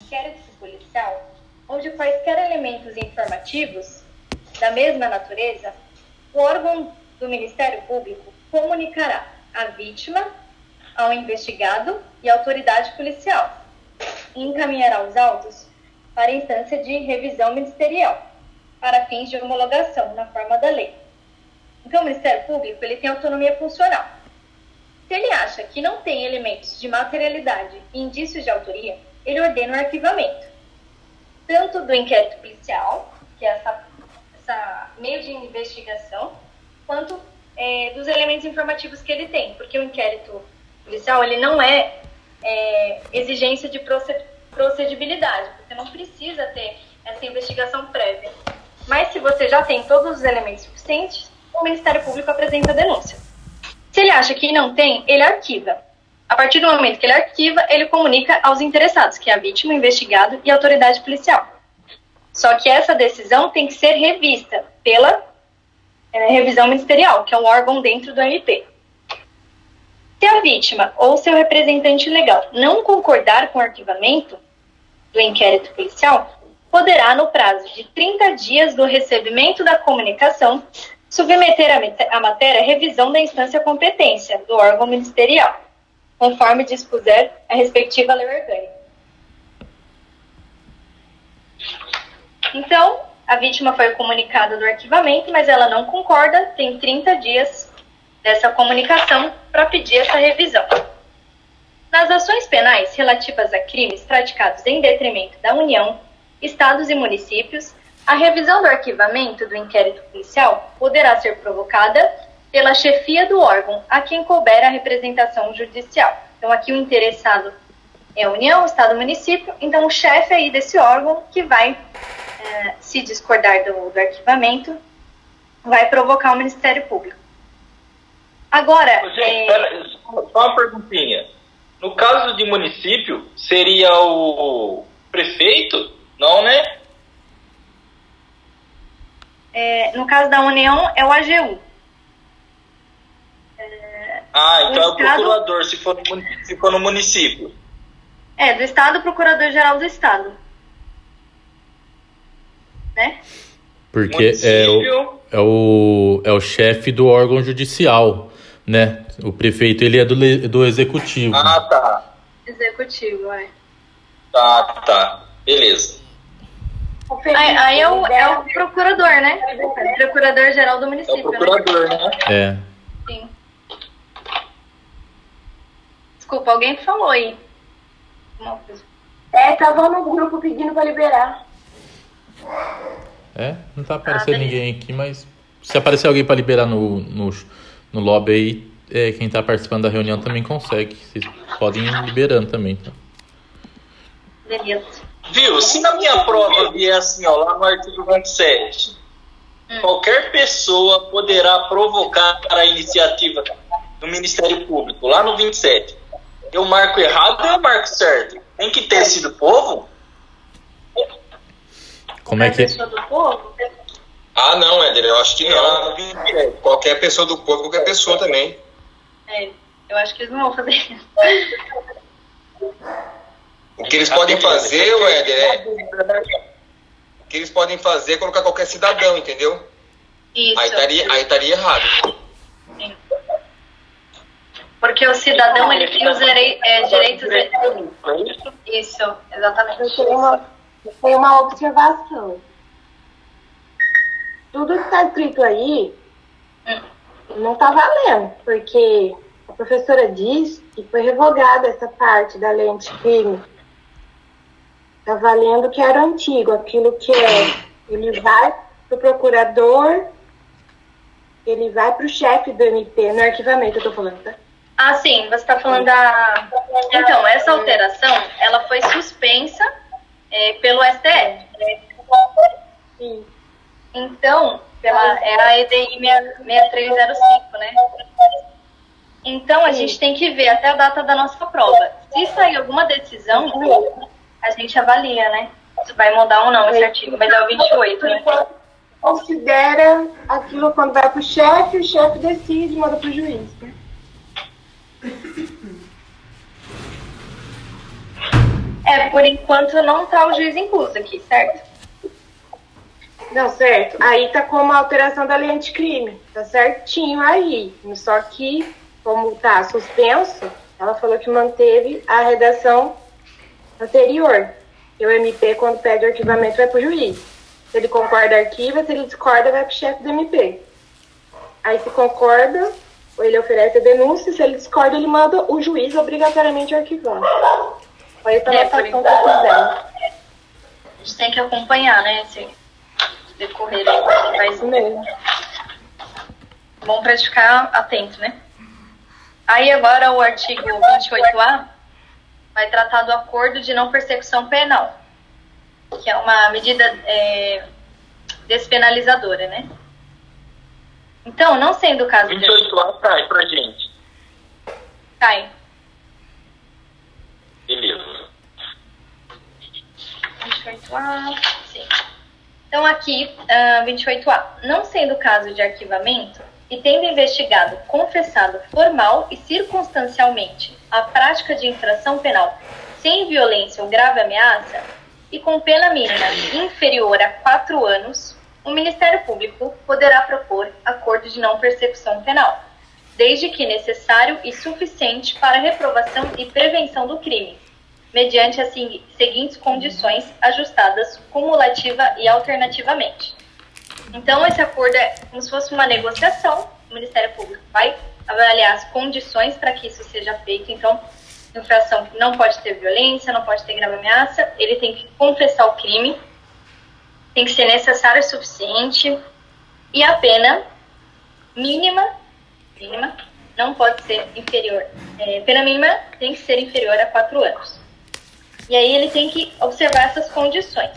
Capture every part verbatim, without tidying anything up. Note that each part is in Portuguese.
inquérito policial ou de quaisquer elementos informativos da mesma natureza, o órgão do Ministério Público comunicará a vítima ao investigado e à autoridade policial e encaminhará os autos para a instância de revisão ministerial, para fins de homologação na forma da lei. Então, o Ministério Público ele tem autonomia funcional. Se ele acha que não tem elementos de materialidade e indícios de autoria, ele ordena o arquivamento, tanto do inquérito policial, que é essa, essa meio de investigação, quanto é, dos elementos informativos que ele tem, porque o inquérito policial ele não é, é exigência de procedibilidade, você não precisa ter essa investigação prévia. Mas se você já tem todos os elementos suficientes, o Ministério Público apresenta a denúncia. Se ele acha que não tem, ele arquiva. A partir do momento que ele arquiva, ele comunica aos interessados, que é a vítima, o investigado e a autoridade policial. Só que essa decisão tem que ser revista pela é, revisão ministerial, que é um órgão dentro do M P. Se a vítima ou seu representante legal não concordar com o arquivamento do inquérito policial, poderá, no prazo de trinta dias do recebimento da comunicação, submeter a matéria à revisão da instância competência do órgão ministerial, conforme dispuser a respectiva lei orgânica. Então, a vítima foi comunicada do arquivamento, mas ela não concorda, tem trinta dias dessa comunicação para pedir essa revisão. Nas ações penais relativas a crimes praticados em detrimento da União, estados e municípios, a revisão do arquivamento do inquérito policial poderá ser provocada pela chefia do órgão a quem couber a representação judicial. Então, aqui o interessado é a União, Estado e Município, então o chefe aí desse órgão que vai, é, se discordar do, do arquivamento, vai provocar o Ministério Público. Agora... Gente, é... pera, só uma perguntinha. No caso de município, seria o prefeito? Não, né? É, no caso da União, é o A G U. É, ah, então é o estado, procurador, se for, no, se for no município. É, do Estado, o Procurador-Geral do Estado. Né? Porque é o, é, o, é o chefe do órgão judicial, né? O prefeito, ele é do, do executivo. Ah, tá. Executivo, é. Tá, tá. Beleza. Aí, aí é, o, é o procurador, né? É o procurador-geral do município. É o procurador, né? né? É. Sim. Desculpa, alguém falou aí. É, tava no grupo pedindo pra liberar. É, não tá aparecendo ah, ninguém aqui, mas se aparecer alguém pra liberar no, no, no lobby aí, é, quem tá participando da reunião também consegue. Vocês podem ir liberando também, tá? Beleza. Viu? Se na minha prova vier assim, ó, lá no artigo vinte e sete, hum. qualquer pessoa poderá provocar a iniciativa do Ministério Público, lá no vinte e sete. Eu marco errado ou eu marco certo? Tem que ter sido povo? Como é que é? Pessoa do povo? Ah, não, Éder, eu acho que não. Qualquer pessoa do povo, qualquer pessoa também. É, eu acho que eles não vão fazer isso. O que eles podem fazer, Éder, é... O que eles podem fazer é colocar qualquer cidadão, entendeu? Isso. Aí estaria, aí estaria errado. Sim. Porque o cidadão, ele tem os direi- é, direitos... Isso, exatamente. Eu tenho uma, eu tenho uma observação. Tudo que está escrito aí hum. não está valendo, porque a professora diz que foi revogada essa parte da lei anticrime. Está valendo que era antigo, aquilo que é, ele vai para o procurador, ele vai para o chefe do M P, no arquivamento, eu estou falando, tá? Ah, sim, você está falando da... Então, essa alteração, ela foi suspensa é, pelo S T F. Sim. Então, pela, é a E D I seis três zero cinco, né? Então, a gente tem que ver até a data da nossa prova. Se sair alguma decisão, a gente avalia, né? Se vai mudar ou não esse artigo. Mas é o vinte e oito, né? Considera aquilo quando vai para o chefe, o chefe decide e manda para o juiz, né? É, por enquanto não tá o juiz incluso aqui, certo? Não, certo. Aí tá como a alteração da lei anticrime. Tá certinho aí. Só que, como tá suspenso, ela falou que manteve a redação anterior. E o M P, quando pede o arquivamento, vai pro juiz. Se ele concorda, arquiva. Se ele discorda, vai pro chefe do M P. Aí, se concorda, ou ele oferece a denúncia. Se ele discorda, ele manda o juiz obrigatoriamente arquivar. Aí tá É, na por situação que quiser. A gente tem que acompanhar, né, esse decorrer aí. Mas Isso mesmo. bom pra gente ficar atento, né? Aí agora o artigo vinte e oito A vai tratar do acordo de não persecução penal, que é uma medida é, despenalizadora, né? Então, não sendo o caso vinte e oito A cai pra gente. Cai. Beleza. vinte e oito A, sim. Então, aqui, uh, vinte e oito A. Não sendo o caso de arquivamento e tendo investigado, confessado formal e circunstancialmente a prática de infração penal sem violência ou grave ameaça e com pena mínima inferior a quatro anos, o Ministério Público poderá propor acordo de não persecução penal, desde que necessário e suficiente para reprovação e prevenção do crime, mediante as seguintes condições ajustadas cumulativa e alternativamente. Então, esse acordo é como se fosse uma negociação. O Ministério Público vai avaliar as condições para que isso seja feito. Então, infração não pode ter violência, não pode ter grave ameaça, ele tem que confessar o crime, tem que ser necessário e suficiente, e a pena mínima, mínima não pode ser inferior. É, pena mínima tem que ser inferior a quatro anos. E aí ele tem que observar essas condições.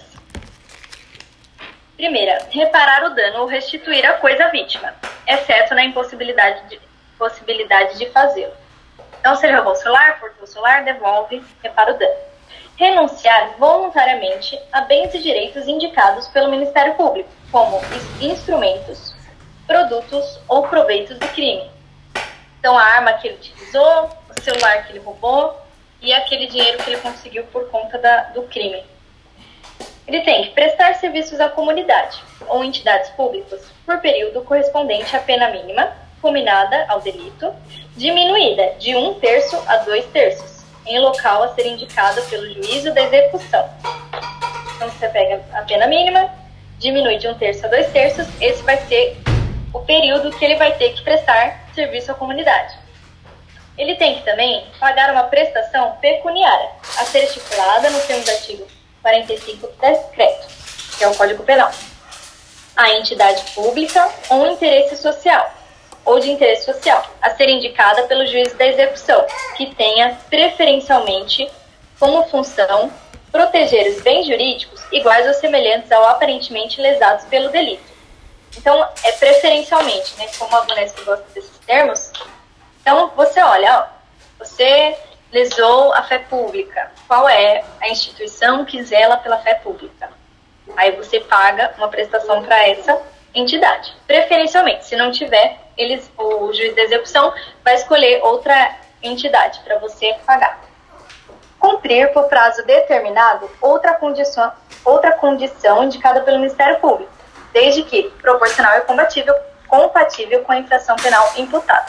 Primeira, reparar o dano ou restituir a coisa à vítima, exceto na impossibilidade de, possibilidade de fazê-lo. Então, se ele roubou o celular, furtou o celular, devolve, repara o dano. Renunciar voluntariamente a bens e direitos indicados pelo Ministério Público, como instrumentos, produtos ou proveitos do crime. Então, a arma que ele utilizou, o celular que ele roubou e aquele dinheiro que ele conseguiu por conta da, do crime. Ele tem que prestar serviços à comunidade ou entidades públicas por período correspondente à pena mínima, combinada ao delito, diminuída de um terço a dois terços, em local a ser indicado pelo juízo da execução. Então, você pega a pena mínima, diminui de um terço a dois terços, esse vai ser o período que ele vai ter que prestar serviço à comunidade. Ele tem que também pagar uma prestação pecuniária, a ser estipulada no termo do artigo quarenta e cinco do decreto, que é o Código Penal, a entidade pública ou interesse social, ou de interesse social, a ser indicada pelo juiz da execução, que tenha preferencialmente como função proteger os bens jurídicos iguais ou semelhantes ao aparentemente lesados pelo delito. Então, é preferencialmente, né? Como a Vanessa gosta desses termos. Então, você olha, ó, você lesou a fé pública. Qual é a instituição que zela pela fé pública? Aí você paga uma prestação para essa entidade. Preferencialmente, se não tiver, eles, o juiz da execução vai escolher outra entidade para você pagar. Cumprir por prazo determinado outra condição, outra condição indicada pelo Ministério Público, desde que proporcional e compatível, compatível com a infração penal imputada.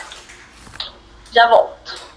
Já volto.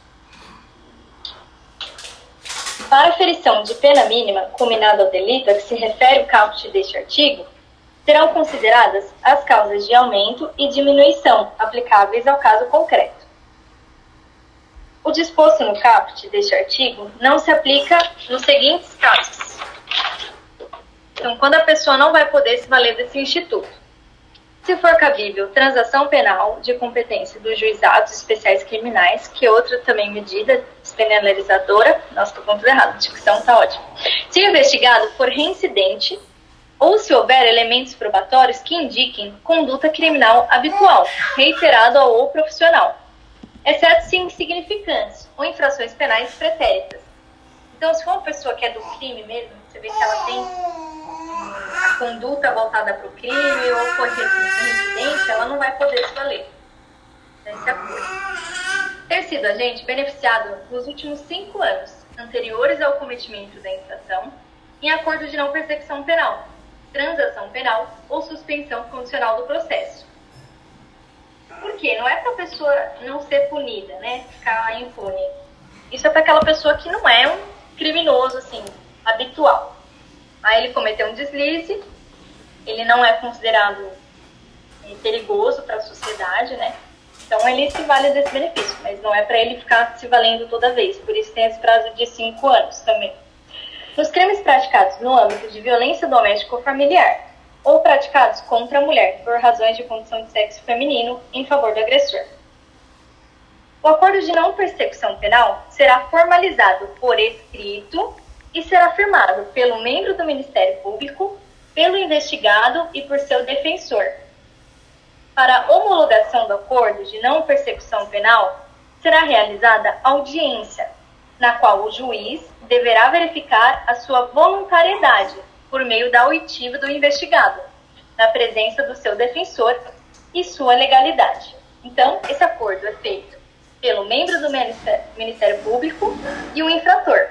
Para a ferição de pena mínima combinada ao delito a que se refere o caput deste artigo, serão consideradas as causas de aumento e diminuição aplicáveis ao caso concreto. O disposto no caput deste artigo não se aplica nos seguintes casos. Então, quando a pessoa não vai poder se valer desse instituto. Se for cabível transação penal de competência dos juizados especiais criminais, que é outra também medida despenalizadora, nossa, estou com tudo errado, a dicção está ótima. Se o investigado for reincidente, ou se houver elementos probatórios que indiquem conduta criminal habitual, reiterada ou profissional, exceto se insignificantes ou infrações penais pretéritas. Então, se for uma pessoa que é do crime mesmo, você vê que ela tem a conduta voltada para o crime ou for reincidente, ela não vai poder se valer desse acordo. Ter sido agente beneficiado nos últimos cinco anos anteriores ao cometimento da infração em acordo de não persecução penal, transação penal ou suspensão condicional do processo. Por quê? Não é para a pessoa não ser punida, né? Ficar impune. Isso é para aquela pessoa que não é um criminoso, assim, habitual. Aí ele cometeu um deslize, ele não é considerado perigoso para a sociedade, né? Então ele se vale desse benefício, mas não é para ele ficar se valendo toda vez. Por isso tem esse prazo de cinco anos também. Nos crimes praticados no âmbito de violência doméstica ou familiar, ou praticados contra a mulher por razões de condição de sexo feminino em favor do agressor. O acordo de não persecução penal será formalizado por escrito e será firmado pelo membro do Ministério Público, pelo investigado e por seu defensor. Para a homologação do acordo de não persecução penal, será realizada audiência, na qual o juiz deverá verificar a sua voluntariedade por meio da oitiva do investigado, na presença do seu defensor e sua legalidade. Então, esse acordo é feito pelo membro do Ministério Público e o infrator.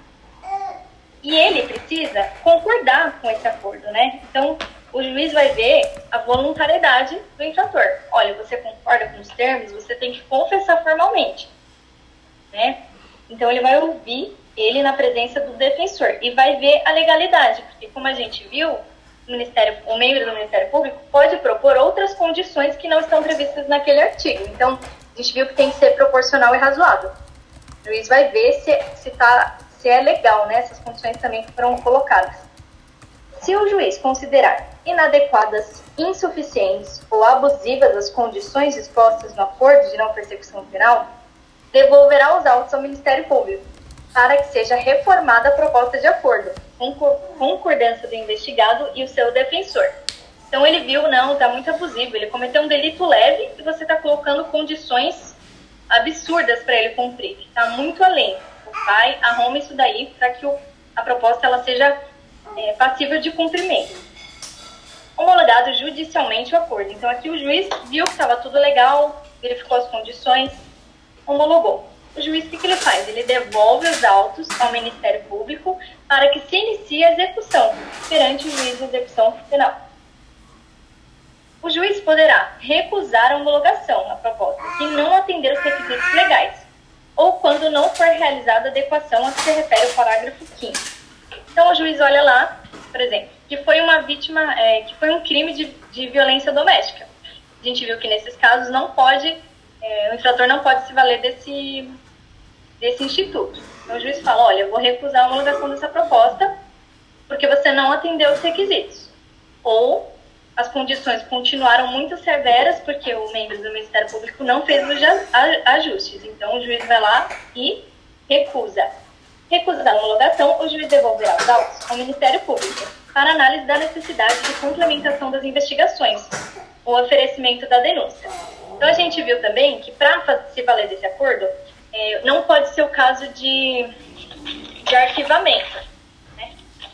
E ele precisa concordar com esse acordo, né? Então, o juiz vai ver a voluntariedade do infrator. Olha, você concorda com os termos, você tem que confessar formalmente, né? Então, ele vai ouvir ele na presença do defensor e vai ver a legalidade, porque como a gente viu, o, Ministério, o membro do Ministério Público pode propor outras condições que não estão previstas naquele artigo. Então, a gente viu que tem que ser proporcional e razoável. O juiz vai ver se, se, tá, se é legal, né, essas condições também que foram colocadas. Se o juiz considerar inadequadas, insuficientes ou abusivas as condições dispostas no acordo de não persecução penal, devolverá os autos ao Ministério Público, para que seja reformada a proposta de acordo, com concordância do investigado e o seu defensor. Então ele viu, não, está muito abusivo, ele cometeu um delito leve e você está colocando condições absurdas para ele cumprir, está muito além. Vai, arruma isso daí para que o, a proposta ela seja é, passível de cumprimento. Homologado judicialmente o acordo. Então aqui o juiz viu que estava tudo legal, verificou as condições, homologou. O juiz, o que, que ele faz? Ele devolve os autos ao Ministério Público para que se inicie a execução perante o juiz de execução penal. O juiz poderá recusar a homologação na proposta se não atender os requisitos legais ou quando não for realizada a adequação a que se refere o parágrafo quinto. Então, o juiz olha lá, por exemplo, que foi uma vítima, é, que foi um crime de, de violência doméstica. A gente viu que nesses casos não pode, é, o infrator não pode se valer desse... desse instituto. Então, o juiz fala, olha, eu vou recusar a homologação dessa proposta porque você não atendeu os requisitos. Ou as condições continuaram muito severas porque o membro do Ministério Público não fez os ajustes. Então, o juiz vai lá e recusa. Recusar a homologação, o juiz devolverá os autos ao Ministério Público para análise da necessidade de complementação das investigações ou oferecimento da denúncia. Então, a gente viu também que para se valer desse acordo, É, não pode ser o caso de, de arquivamento, né?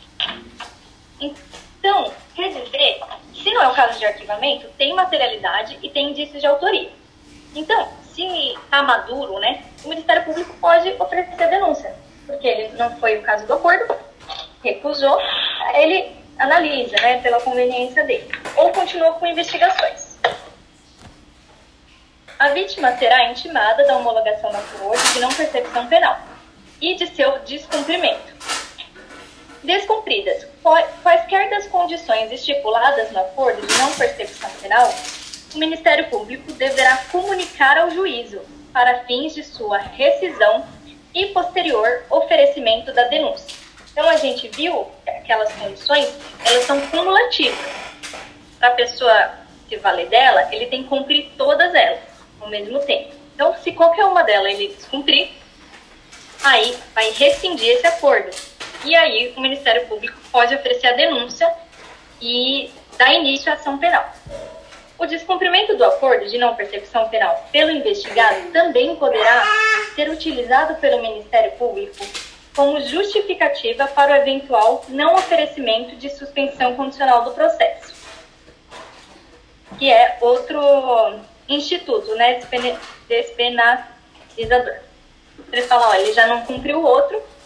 Então, quer dizer, se não é o caso de arquivamento, tem materialidade e tem indícios de autoria. Então, se está maduro, né, o Ministério Público pode oferecer denúncia, porque ele não foi o caso do acordo, recusou, ele analisa, né, pela conveniência dele, ou continua com investigações. A vítima será intimada da homologação do acordo de não persecução penal e de seu descumprimento. Descumpridas quaisquer das condições estipuladas no acordo de não persecução penal, o Ministério Público deverá comunicar ao juízo para fins de sua rescisão e posterior oferecimento da denúncia. Então, a gente viu que aquelas condições, elas são cumulativas. Para a pessoa se valer dela, ele tem que cumprir todas elas ao mesmo tempo. Então, se qualquer uma delas ele descumprir, aí vai rescindir esse acordo. E aí o Ministério Público pode oferecer a denúncia e dar início à ação penal. O descumprimento do acordo de não persecução penal pelo investigado também poderá ser utilizado pelo Ministério Público como justificativa para o eventual não oferecimento de suspensão condicional do processo, que é outro instituto, né, despenalizador. Ele fala, olha, ele já não cumpriu o outro,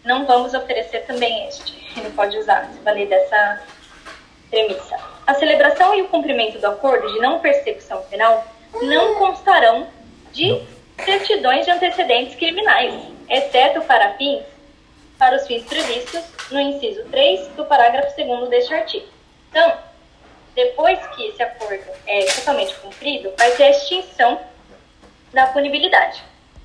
não vamos oferecer também este. Ele pode usar, se valer dessa premissa. A celebração e o cumprimento do acordo de não persecução penal não constarão de certidões de antecedentes criminais, exceto para fins, para os fins previstos no inciso três do parágrafo segundo deste artigo. Então, depois que esse acordo é totalmente cumprido, vai ter a extinção da punibilidade.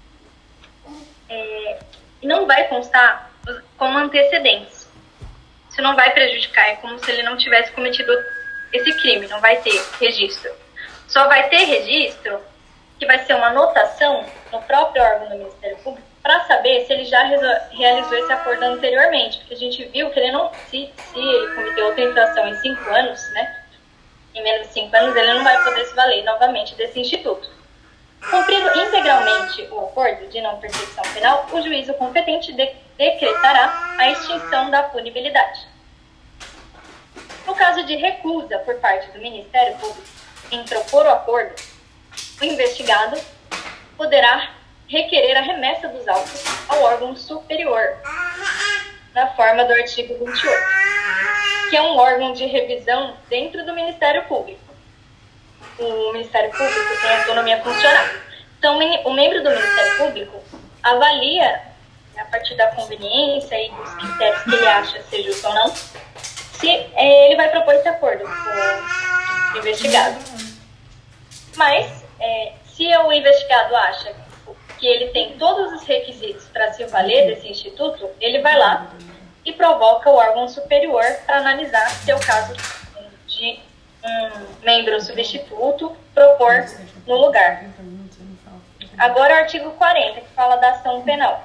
É, não vai constar como antecedentes. Isso não vai prejudicar, é como se ele não tivesse cometido esse crime, não vai ter registro. Só vai ter registro que vai ser uma anotação no próprio órgão do Ministério Público para saber se ele já realizou esse acordo anteriormente, porque a gente viu que ele não, se, se ele cometeu outra infração em cinco anos, né, em menos de cinco anos, ele não vai poder se valer novamente desse instituto. Cumprido integralmente o acordo de não persecução penal, o juízo competente de, decretará a extinção da punibilidade. No caso de recusa por parte do Ministério Público em propor o acordo, o investigado poderá requerer a remessa dos autos ao órgão superior, na forma do artigo vinte e oito, que é um órgão de revisão dentro do Ministério Público. O Ministério Público tem autonomia funcional. Então, o membro do Ministério Público avalia, a partir da conveniência e dos critérios que ele acha ser justo ou não, se é, ele vai propor esse acordo com o investigado. Mas, é, se o investigado acha que ele tem todos os requisitos para se valer desse instituto, ele vai lá e provoca o órgão superior para analisar se é o caso de um membro substituto propor no lugar. Agora o artigo quarenta, que fala da ação penal.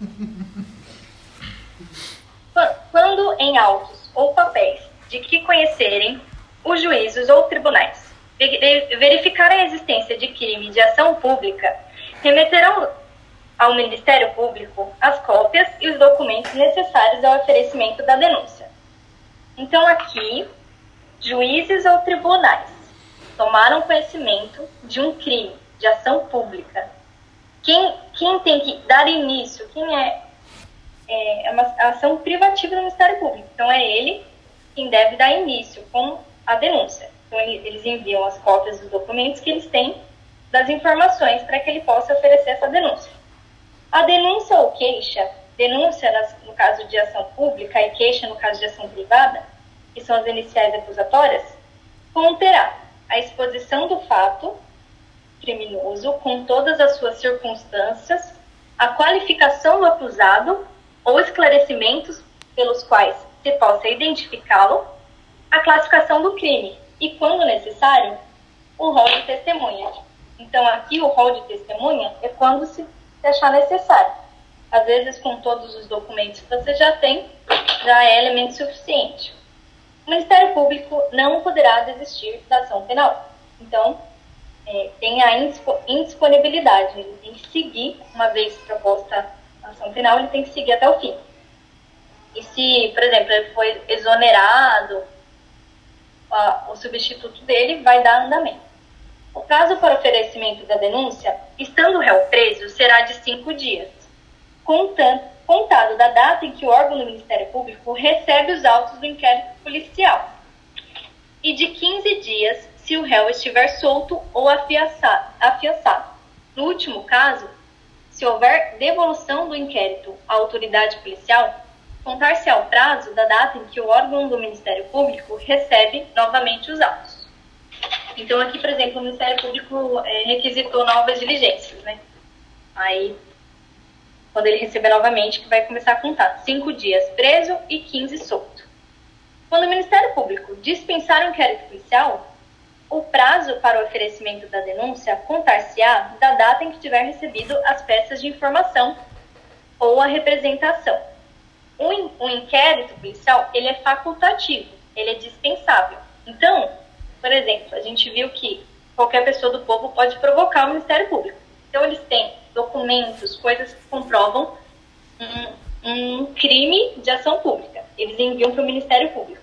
Quando em autos ou papéis de que conhecerem os juízos ou tribunais verificarem a existência de crime de ação pública, remeterão ao Ministério Público as cópias e os documentos necessários ao oferecimento da denúncia. Então aqui, juízes ou tribunais tomaram conhecimento de um crime de ação pública. Quem, quem tem que dar início, quem é, é, é uma ação privativa do Ministério Público. Então é ele quem deve dar início com a denúncia. Então eles enviam as cópias dos documentos que eles têm das informações para que ele possa oferecer essa denúncia. A denúncia ou queixa, denúncia no caso de ação pública e queixa no caso de ação privada, que são as iniciais acusatórias, conterá a exposição do fato criminoso com todas as suas circunstâncias, a qualificação do acusado ou esclarecimentos pelos quais se possa identificá-lo, a classificação do crime e, quando necessário, o rol de testemunha. Então, aqui o rol de testemunha é quando se achar necessário. Às vezes, com todos os documentos que você já tem, já é elemento suficiente. O Ministério Público não poderá desistir da ação penal. Então, é, tem a indisponibilidade. Ele tem que seguir, uma vez proposta a ação penal, ele tem que seguir até o fim. E se, por exemplo, ele foi exonerado, a, o substituto dele vai dar andamento. O prazo para oferecimento da denúncia, estando o réu preso, será de cinco dias, contando, contado da data em que o órgão do Ministério Público recebe os autos do inquérito policial, e de quinze dias se o réu estiver solto ou afiançado. afiançado. No último caso, se houver devolução do inquérito à autoridade policial, contar-se ao prazo da data em que o órgão do Ministério Público recebe novamente os autos. Então, aqui, por exemplo, o Ministério Público é, requisitou novas diligências, né? Aí, quando ele receber novamente, que vai começar a contar cinco dias preso e quinze solto. Quando o Ministério Público dispensar o inquérito policial, o prazo para o oferecimento da denúncia contar-se-á da data em que tiver recebido as peças de informação ou a representação. O, in, o inquérito policial, ele é facultativo, ele é dispensável. Então, por exemplo, a gente viu que qualquer pessoa do povo pode provocar o Ministério Público. Então, eles têm documentos, coisas que comprovam um, um crime de ação pública. Eles enviam para o Ministério Público.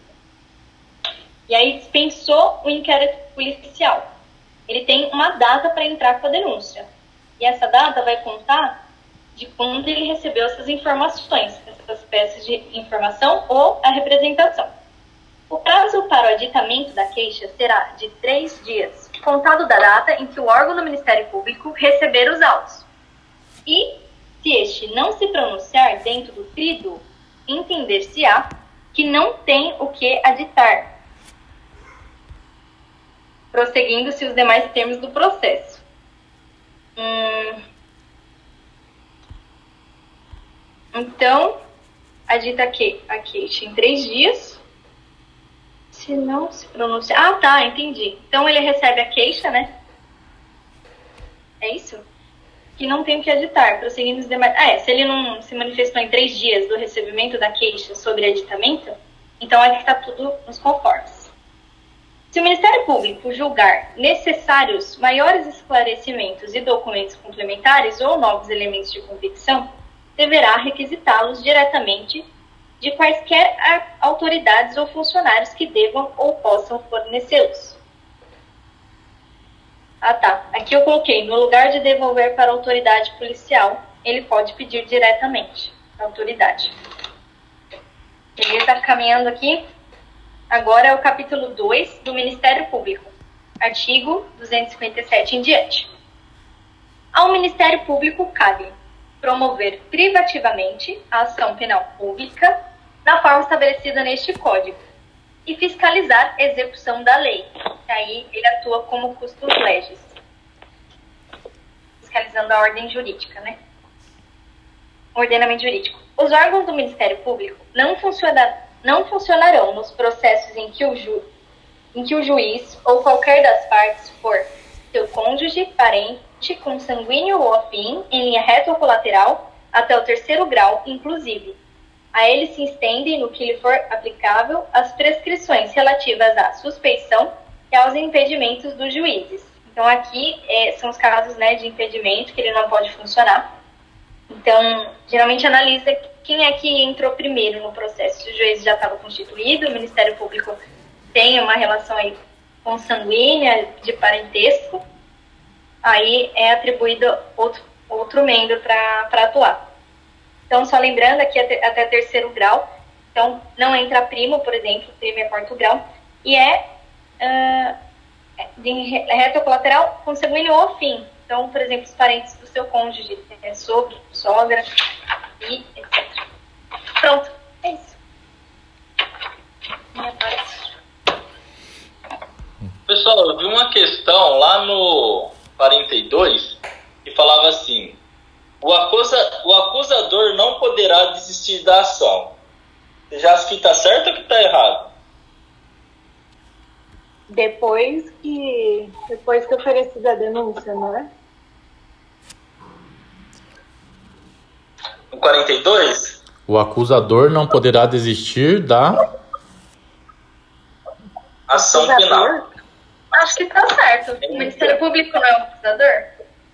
E aí, dispensou o inquérito policial. Ele tem uma data para entrar com a denúncia. E essa data vai contar de quando ele recebeu essas informações, essas peças de informação ou a representação. O prazo para o aditamento da queixa será de três dias, contado da data em que o órgão do Ministério Público receber os autos. E, se este não se pronunciar dentro do trido, entender-se-á que não tem o que aditar, prosseguindo-se os demais termos do processo. Hum... Então, adita que a queixa em três dias, se não se pronunciar... Ah, tá, entendi. Então, ele recebe a queixa, né? É isso? Que não tem o que aditar, prosseguindo os demais... Ah, é, se ele não se manifestou em três dias do recebimento da queixa sobre aditamento, então é que está tudo nos conformes. Se o Ministério Público julgar necessários maiores esclarecimentos e documentos complementares ou novos elementos de convicção, deverá requisitá-los diretamente de quaisquer autoridades ou funcionários que devam ou possam fornecê-los. Ah, tá. Aqui eu coloquei, no lugar de devolver para a autoridade policial, ele pode pedir diretamente à autoridade. Ele está caminhando aqui. Agora é o capítulo dois do Ministério Público, artigo duzentos e cinquenta e sete em diante. Ao Ministério Público cabe promover privativamente a ação penal pública na forma estabelecida neste Código e fiscalizar a execução da lei. Aí ele atua como custos legis, fiscalizando a ordem jurídica, né? Ordenamento jurídico. Os órgãos do Ministério Público não, funciona, não funcionarão nos processos em que, o ju, em que o juiz ou qualquer das partes for seu cônjuge, parente, consanguíneo ou afim, em linha reta ou colateral, até o terceiro grau, inclusive. A ele se estendem, no que lhe for aplicável, as prescrições relativas à suspeição e aos impedimentos dos juízes. Então, aqui é, são os casos, né, de impedimento, que ele não pode funcionar. Então, geralmente analisa quem é que entrou primeiro no processo. Se o juiz já estava constituído, o Ministério Público tem uma relação aí consanguínea, de parentesco, aí é atribuído outro, outro membro para atuar. Então, só lembrando aqui até, até terceiro grau, então não entra primo, por exemplo, primo é quarto grau, e é uh, de reto ou colateral, consanguíneo ou afim. Então, por exemplo, os parentes do seu cônjuge, é, sogro, sogra, e etcétera. Pronto, é isso. Minha parte. Pessoal, eu vi uma questão lá no quarenta e dois que falava assim: o, acusa, o acusador não poderá desistir da ação. Você já acha que está certo ou que está errado? Depois que, depois que oferecida a denúncia, não é? No quarenta e dois? O acusador não poderá desistir da ação penal. Acho que tá certo. O Ministério Público não é um acusador?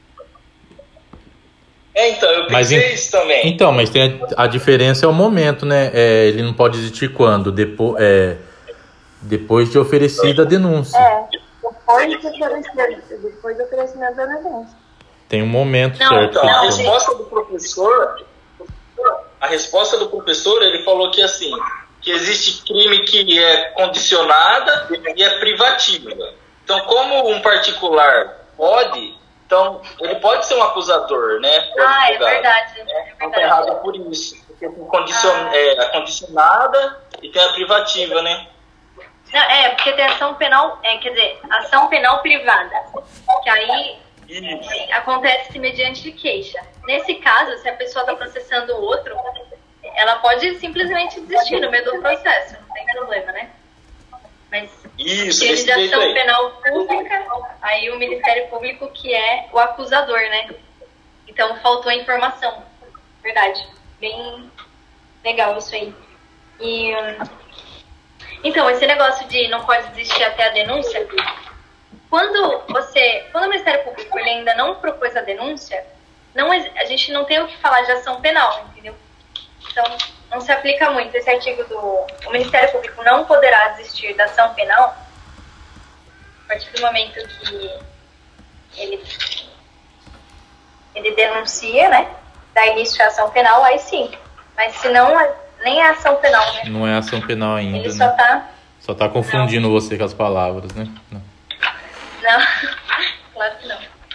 É, então, eu mas pensei em, isso também. Então, mas tem a, a diferença é o momento, né? É, ele não pode desistir quando? Depo, é, depois de oferecida a denúncia. É, depois de oferecida, depois de oferecimento da denúncia. Tem um momento não, certo. Então, a resposta do professor, a resposta do professor, ele falou que assim, que existe crime que é condicionada e é privativa. Então, como um particular pode, então ele pode ser um acusador, né? Ah, é verdade. É verdade. Não está errado por isso. Porque tem condicion... ah. é, a condicionada e tem a privativa, né? Não, é, porque tem ação penal, é, quer dizer, ação penal privada. Que aí isso. Acontece mediante queixa. Nesse caso, se a pessoa está processando o outro, ela pode simplesmente desistir no meio do processo, não tem problema, né? Mas isso, se ele de ação penal pública, aí o Ministério Público que é o acusador, né? Então faltou a informação. Verdade. Bem legal isso aí. E, então, esse negócio de não pode desistir até a denúncia, quando você, quando o Ministério Público ele ainda não propôs a denúncia, não, a gente não tem o que falar de ação penal, entendeu? Então, não se aplica muito esse artigo do... O Ministério Público não poderá desistir da ação penal a partir do momento que ele, ele denuncia, né? dar início à ação penal, aí sim. Mas se não, nem é ação penal, né? Não é ação penal ainda, Ele né? só tá... Só tá confundindo não. você com as palavras, né? Não, não. Claro que não.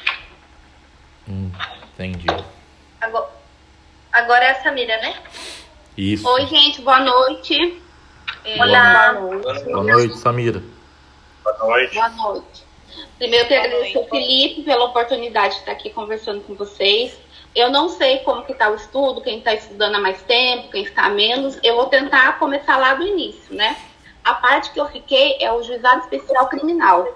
Hum, entendi. Agora, agora é a Samira, né? Isso. Oi, gente, boa noite. Olá. Boa noite. Boa noite, Samira. Boa noite. Boa noite. Primeiro, eu quero agradecer ao Felipe pela oportunidade de estar aqui conversando com vocês. Eu não sei como que está o estudo, quem está estudando há mais tempo, quem está há menos. Eu vou tentar começar lá do início, né? A parte que eu fiquei é o Juizado Especial Criminal.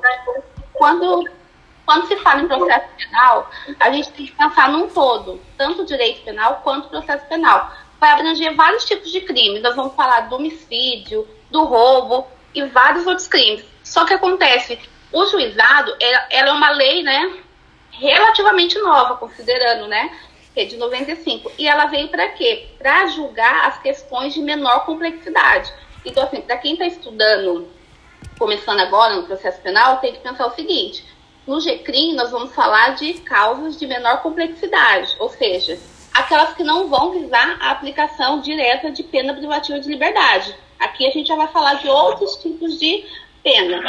Quando, quando se fala em processo penal, a gente tem que pensar num todo, tanto o direito penal quanto o processo penal. Vai abranger vários tipos de crimes. Nós vamos falar do homicídio, do roubo e vários outros crimes. Só que acontece, o juizado, ela, ela é uma lei, né, relativamente nova, considerando, né, que é de noventa e cinco. E ela veio para quê? Para julgar as questões de menor complexidade. Então, assim, para quem está estudando, começando agora no processo penal, tem que pensar o seguinte: no G C R I M nós vamos falar de causas de menor complexidade, ou seja, aquelas que não vão visar a aplicação direta de pena privativa de liberdade. Aqui a gente já vai falar de outros tipos de pena.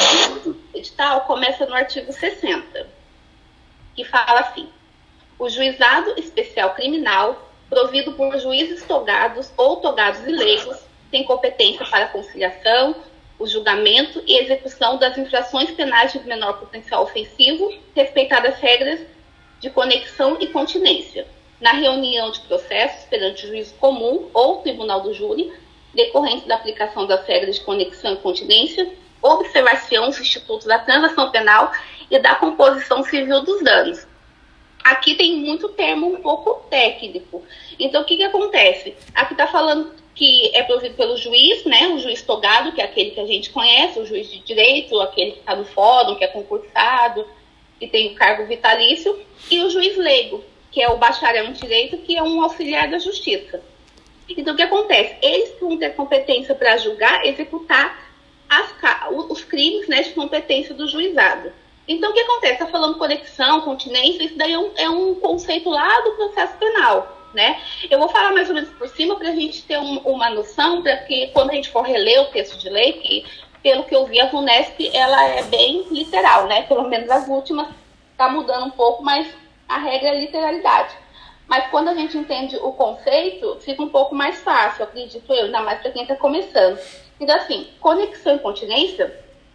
O edital começa no artigo sessenta, que fala assim: o juizado especial criminal, provido por juízes togados ou togados e leigos, tem competência para a conciliação, o julgamento e execução das infrações penais de menor potencial ofensivo, respeitadas as regras de conexão e continência, na reunião de processos perante o juízo comum ou tribunal do júri, decorrente da aplicação das regras de conexão e continência, observar-se-ão os institutos da transação penal e da composição civil dos danos. Aqui tem muito termo um pouco técnico. Então, o que, que acontece? Aqui está falando que é provido pelo juiz, né, o juiz togado, que é aquele que a gente conhece, o juiz de direito, aquele que está no fórum, que é concursado, que tem o cargo vitalício, e o juiz leigo, que é o bacharel em direito, que é um auxiliar da justiça. Então, o que acontece? Eles vão ter competência para julgar, executar as, os crimes, né, de competência do juizado. Então, o que acontece? Está falando conexão, continência, isso daí é um, é um conceito lá do processo penal, né? Eu vou falar mais ou menos por cima para a gente ter um, uma noção, para que quando a gente for reler o texto de lei, que pelo que eu vi, a VUNESP, ela é bem literal, né? Pelo menos as últimas está mudando um pouco, mas a regra é literalidade. Mas quando a gente entende o conceito, fica um pouco mais fácil, acredito eu, ainda mais para quem está começando. Então, assim, conexão e continência,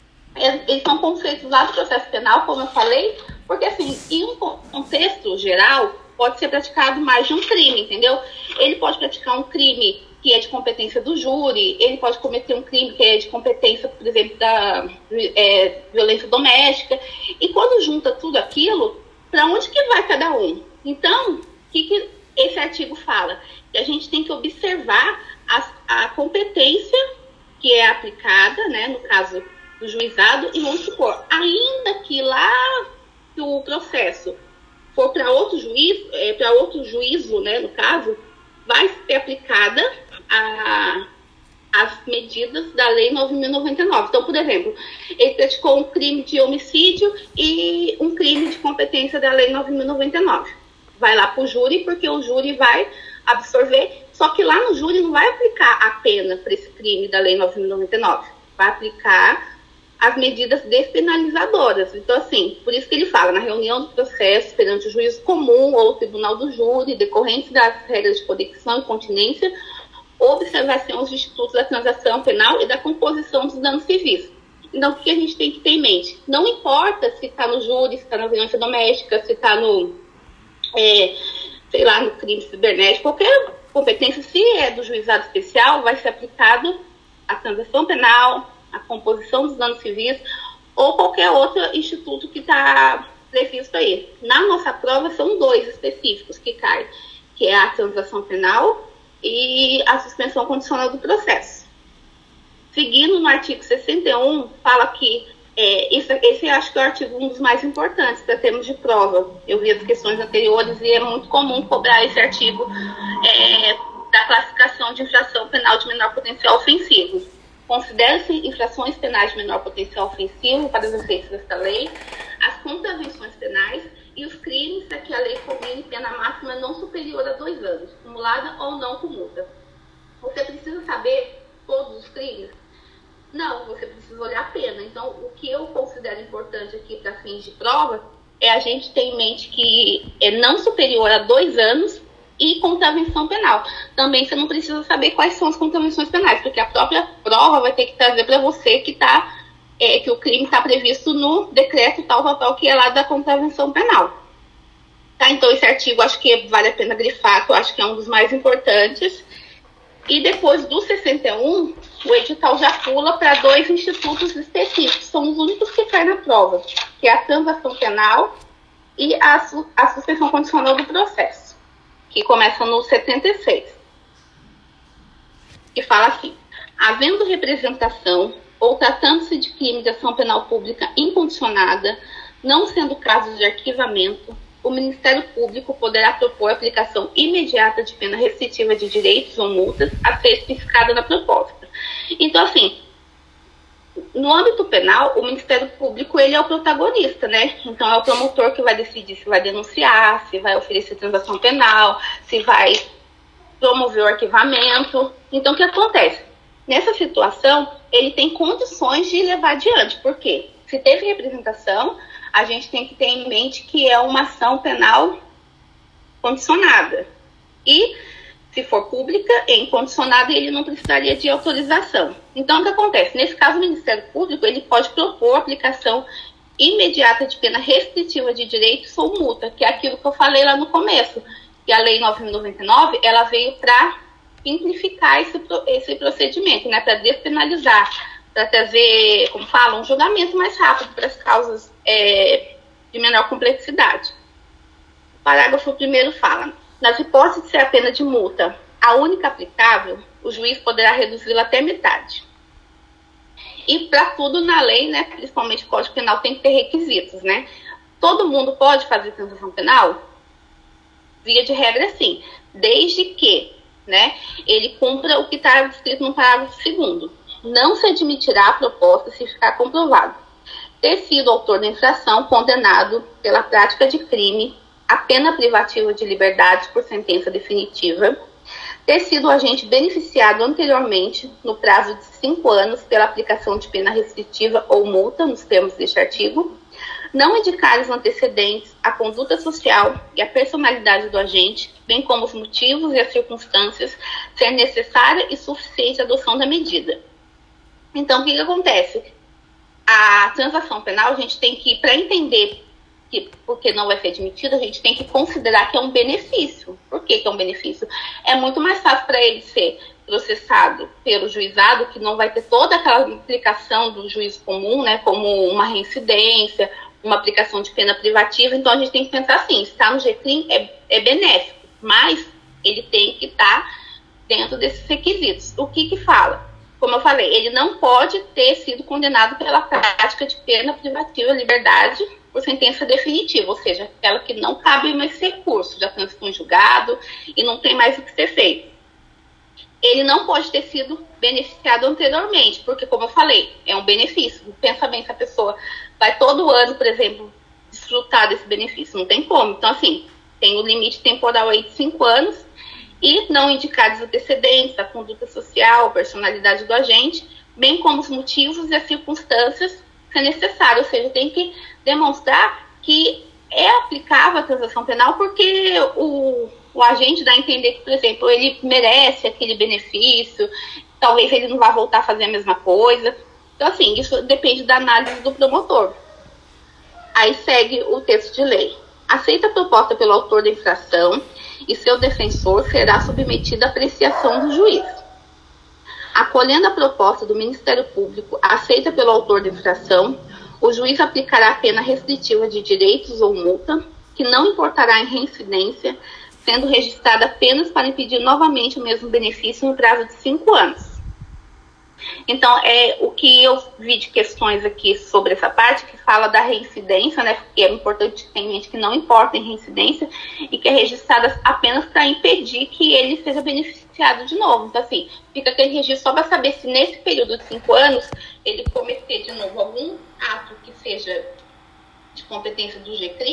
eles são conceitos lá do processo penal, como eu falei, porque, assim, em um contexto geral, pode ser praticado mais de um crime, entendeu? Ele pode praticar um crime que é de competência do júri, ele pode cometer um crime que é de competência, por exemplo, da é, violência doméstica. E quando junta tudo aquilo, para onde que vai cada um? Então, o que, que esse artigo fala? Que a gente tem que observar a, a competência que é aplicada, né, no caso do juizado, e vamos supor, ainda que lá o processo for para outro juiz, é, para outro juízo, né, no caso, vai ser aplicada a, as medidas da Lei nove mil e noventa e nove. Então, por exemplo, ele praticou um crime de homicídio e um crime de competência da Lei nove mil e noventa e nove. Vai lá para o júri, porque o júri vai absorver, só que lá no júri não vai aplicar a pena para esse crime da Lei nove mil e noventa e nove, vai aplicar as medidas despenalizadoras. Então, assim, por isso que ele fala, na reunião do processo perante o juízo comum ou o tribunal do júri, decorrente das regras de conexão e continência, observação aos institutos da transação penal e da composição dos danos civis. Então, o que a gente tem que ter em mente? Não importa se está no júri, se está na violência doméstica, se está no, é, sei lá, no crime cibernético, qualquer competência, se é do juizado especial, vai ser aplicado a transação penal, a composição dos danos civis ou qualquer outro instituto que está previsto aí. Na nossa prova são dois específicos que caem, que é a transação penal e a suspensão condicional do processo. Seguindo no artigo sessenta e um, fala que é, esse, esse acho que é o artigo um dos mais importantes para termos de prova. Eu vi as questões anteriores e é muito comum cobrar esse artigo é, da classificação de infração penal de menor potencial ofensivo. Considera-se infrações penais de menor potencial ofensivo para os efeitos desta lei as contravenções penais e os crimes a que a lei combine pena máxima não superior a dois anos, cumulada ou não com multa. Você precisa saber todos os crimes? Não, você precisa olhar a pena. Então, o que eu considero importante aqui para fins de prova é a gente ter em mente que é não superior a dois anos e contravenção penal. Também você não precisa saber quais são as contravenções penais, porque a própria prova vai ter que trazer para você que, tá, é, que o crime está previsto no decreto tal, tal, tal, que é lá da contravenção penal. Tá? Então, esse artigo acho que vale a pena grifar, que eu acho que é um dos mais importantes. E depois do sessenta e um, o edital já pula para dois institutos específicos, são os únicos que caem na prova, que é a transação penal e a, su a suspensão condicional do processo, que começa no setenta e seis. Que fala assim: havendo representação ou tratando-se de crime de ação penal pública incondicionada, não sendo casos de arquivamento, o Ministério Público poderá propor a aplicação imediata de pena restritiva de direitos ou multas a ser especificada na proposta. Então, assim, no âmbito penal, o Ministério Público ele é o protagonista, né? Então, é o promotor que vai decidir se vai denunciar, se vai oferecer transação penal, se vai promover o arquivamento. Então, o que acontece? Nessa situação, ele tem condições de levar adiante. Por quê? Se teve representação, a gente tem que ter em mente que é uma ação penal condicionada. E, se for pública, é incondicionada e ele não precisaria de autorização. Então, o que acontece? Nesse caso, o Ministério Público ele pode propor a aplicação imediata de pena restritiva de direitos ou multa, que é aquilo que eu falei lá no começo, que a Lei nove mil e noventa e nove, ela veio para simplificar esse, esse procedimento, né, para despenalizar, para trazer, como fala, um julgamento mais rápido para as causas é, de menor complexidade. O parágrafo primeiro fala: nas hipóteses de ser a pena de multa a única aplicável, o juiz poderá reduzi-la até metade. E para tudo na lei, né, principalmente o Código Penal, tem que ter requisitos, né? Todo mundo pode fazer transação penal? Via de regra, sim, desde que, né, ele cumpra o que está escrito no parágrafo segundo. Não se admitirá a proposta se ficar comprovado ter sido autor da infração condenado pela prática de crime a pena privativa de liberdade por sentença definitiva, ter sido agente beneficiado anteriormente no prazo de cinco anos pela aplicação de pena restritiva ou multa nos termos deste artigo, não indicar os antecedentes, a conduta social e a personalidade do agente, bem como os motivos e as circunstâncias, ser necessária e suficiente a adoção da medida. Então, o que, que acontece? A transação penal, a gente tem que, para entender que, porque não vai ser admitido, a gente tem que considerar que é um benefício. Por que, que é um benefício? É muito mais fácil para ele ser processado pelo juizado, que não vai ter toda aquela implicação do juízo comum, né, como uma reincidência, uma aplicação de pena privativa. Então, a gente tem que pensar assim: estar no G C R I M é, é benéfico, mas ele tem que estar dentro desses requisitos. O que que fala? Como eu falei, ele não pode ter sido condenado pela prática de pena privativa de liberdade por sentença definitiva, ou seja, aquela que não cabe mais recurso, já transitou em julgado e não tem mais o que ser feito. Ele não pode ter sido beneficiado anteriormente, porque, como eu falei, é um benefício. Pensa bem se a pessoa vai todo ano, por exemplo, desfrutar desse benefício. Não tem como. Então, assim, tem o limite temporal aí de cinco anos, e não indicar os antecedentes, a conduta social, a personalidade do agente, bem como os motivos e as circunstâncias que é necessário. Ou seja, tem que demonstrar que é aplicável a transação penal porque o, o agente dá a entender que, por exemplo, ele merece aquele benefício, talvez ele não vá voltar a fazer a mesma coisa. Então, assim, isso depende da análise do promotor. Aí segue o texto de lei. Aceita a proposta pelo autor da infração e seu defensor será submetido à apreciação do juiz. Acolhendo a proposta do Ministério Público aceita pelo autor da infração, o juiz aplicará a pena restritiva de direitos ou multa, que não importará em reincidência, sendo registrada apenas para impedir novamente o mesmo benefício no prazo de cinco anos. Então, é o que eu vi de questões aqui sobre essa parte, que fala da reincidência, né? Porque é importante ter em mente que não importa em reincidência e que é registrada apenas para impedir que ele seja beneficiado de novo. Então, assim, fica aquele registro só para saber se nesse período de cinco anos ele cometer de novo algum ato que seja de competência do G C R I M,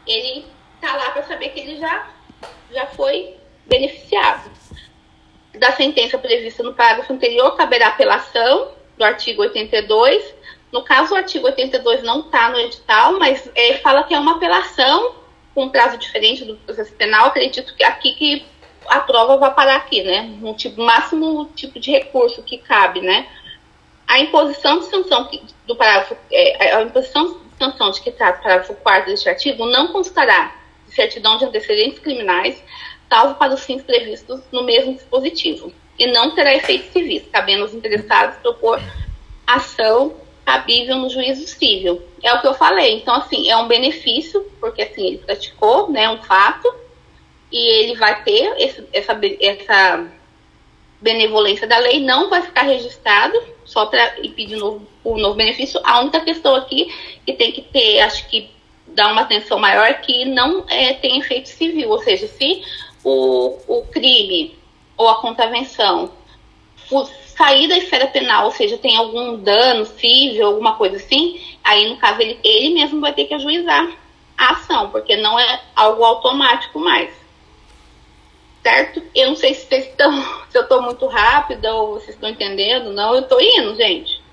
ele está lá para saber que ele já, já foi beneficiado. Da sentença prevista no parágrafo anterior, caberá apelação do artigo oitenta e dois. No caso, o artigo oitenta e dois não está no edital, mas é, fala que é uma apelação com um prazo diferente do processo penal. Acredito que aqui que a prova vai parar aqui, né? No tipo, máximo tipo de recurso que cabe, né? A imposição de sanção do parágrafo, é, a imposição de sanção de que trata o parágrafo quarto deste artigo não constará de certidão de antecedentes criminais, salvo para os fins previstos no mesmo dispositivo, e não terá efeitos civis, cabendo aos interessados propor ação cabível no juízo civil. É o que eu falei. Então, assim, é um benefício, porque, assim, ele praticou, né, um fato, e ele vai ter esse, essa, essa benevolência da lei, não vai ficar registrado só para impedir novo, o novo benefício. A única questão aqui que tem que ter, acho que dar uma atenção maior, é que não é, tem efeito civil, ou seja, se o, o crime ou a contravenção sair da esfera penal, ou seja, tem algum dano civil, alguma coisa assim, aí no caso ele, ele mesmo vai ter que ajuizar a ação, porque não é algo automático mais. Certo? Eu não sei se vocês estão, se eu estou muito rápida ou vocês estão entendendo, não, eu estou indo, gente.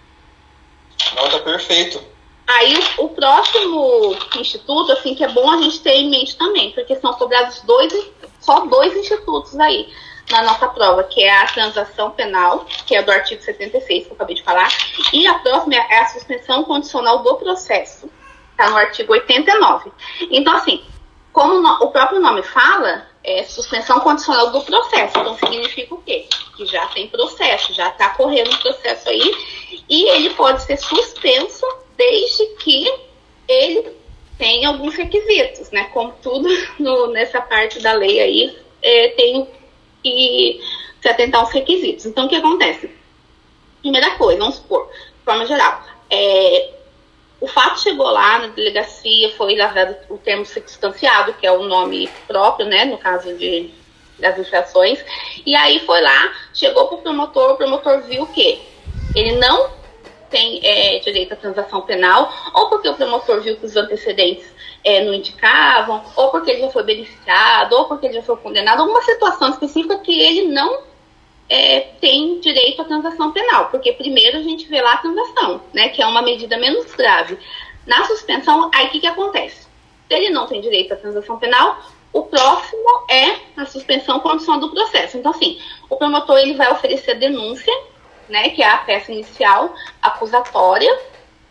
Não, tá perfeito. Aí o, o próximo instituto, assim, que é bom a gente ter em mente também, porque são cobrados dois, só dois institutos aí na nossa prova, que é a transação penal, que é do artigo setenta e seis, que eu acabei de falar, e a próxima é a suspensão condicional do processo, tá no artigo oitenta e nove. Então, assim, como no, o próprio nome fala, é suspensão condicional do processo, então significa o quê? Que já tem processo, já está correndo o processo aí, e ele pode ser suspenso desde que ele tenha alguns requisitos, né? Como tudo no, nessa parte da lei aí, é, tem que se atentar aos requisitos. Então, o que acontece? Primeira coisa, vamos supor, de forma geral, é, o fato chegou lá na delegacia, foi lavrado o termo substanciado, que é o nome próprio, né, no caso de, das infrações, e aí foi lá, chegou para o promotor, o promotor viu o quê? Ele não tem é, direito à transação penal, ou porque o promotor viu que os antecedentes é, não indicavam, ou porque ele já foi beneficiado, ou porque ele já foi condenado, alguma situação específica que ele não é, tem direito à transação penal, porque primeiro a gente vê lá a transação, né, que é uma medida menos grave. Na suspensão, aí o que, que acontece? Se ele não tem direito à transação penal, o próximo é a suspensão condicional do processo. Então, assim, o promotor ele vai oferecer denúncia, né, que é a peça inicial acusatória.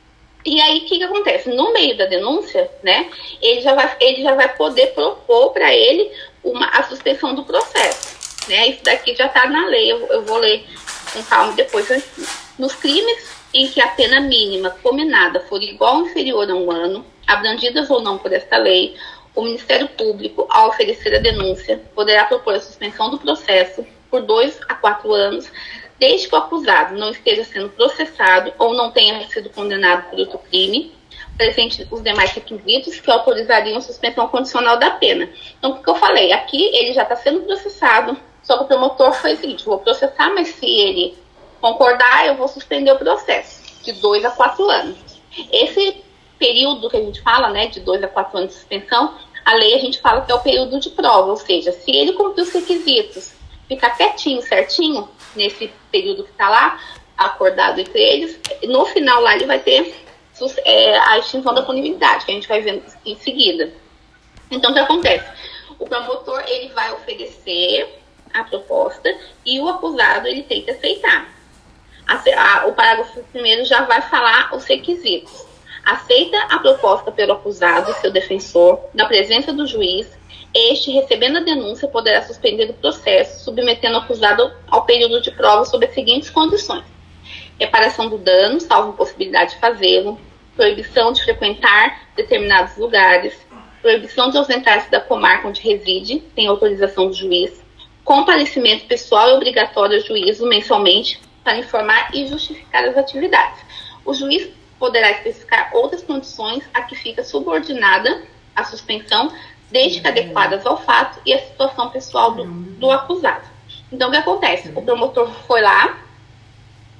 E aí, o que, que acontece? No meio da denúncia, né, ele já vai, ele já vai poder propor para ele uma, a suspensão do processo. Né? Isso daqui já está na lei, eu, eu vou ler com calma depois. Nos crimes em que a pena mínima combinada for igual ou inferior a um ano, abrangidas ou não por esta lei, o Ministério Público, ao oferecer a denúncia, poderá propor a suspensão do processo por dois a quatro anos, desde que o acusado não esteja sendo processado ou não tenha sido condenado por outro crime, presente os demais requisitos que autorizariam a suspensão condicional da pena. Então, o que eu falei? Aqui ele já está sendo processado, só que o promotor foi o seguinte: vou processar, mas se ele concordar, eu vou suspender o processo de dois a quatro anos. Esse período que a gente fala, né, de dois a quatro anos de suspensão, a lei a gente fala que é o período de prova, ou seja, se ele cumprir os requisitos, ficar quietinho, certinho, nesse período que está lá, acordado entre eles, no final lá ele vai ter é, a extinção da punibilidade, que a gente vai ver em seguida. Então, o que acontece? O promotor ele vai oferecer a proposta e o acusado ele tem que aceitar. A, a, o parágrafo primeiro já vai falar os requisitos. Aceita a proposta pelo acusado e seu defensor, na presença do juiz. Este, recebendo a denúncia, poderá suspender o processo, submetendo o acusado ao período de prova sob as seguintes condições: reparação do dano, salvo possibilidade de fazê-lo, proibição de frequentar determinados lugares, proibição de ausentar-se da comarca onde reside, sem autorização do juiz, comparecimento pessoal e obrigatório ao juízo mensalmente para informar e justificar as atividades. O juiz poderá especificar outras condições a que fica subordinada a suspensão, desde que adequadas ao fato e à situação pessoal do, do acusado. Então, o que acontece? O promotor foi lá,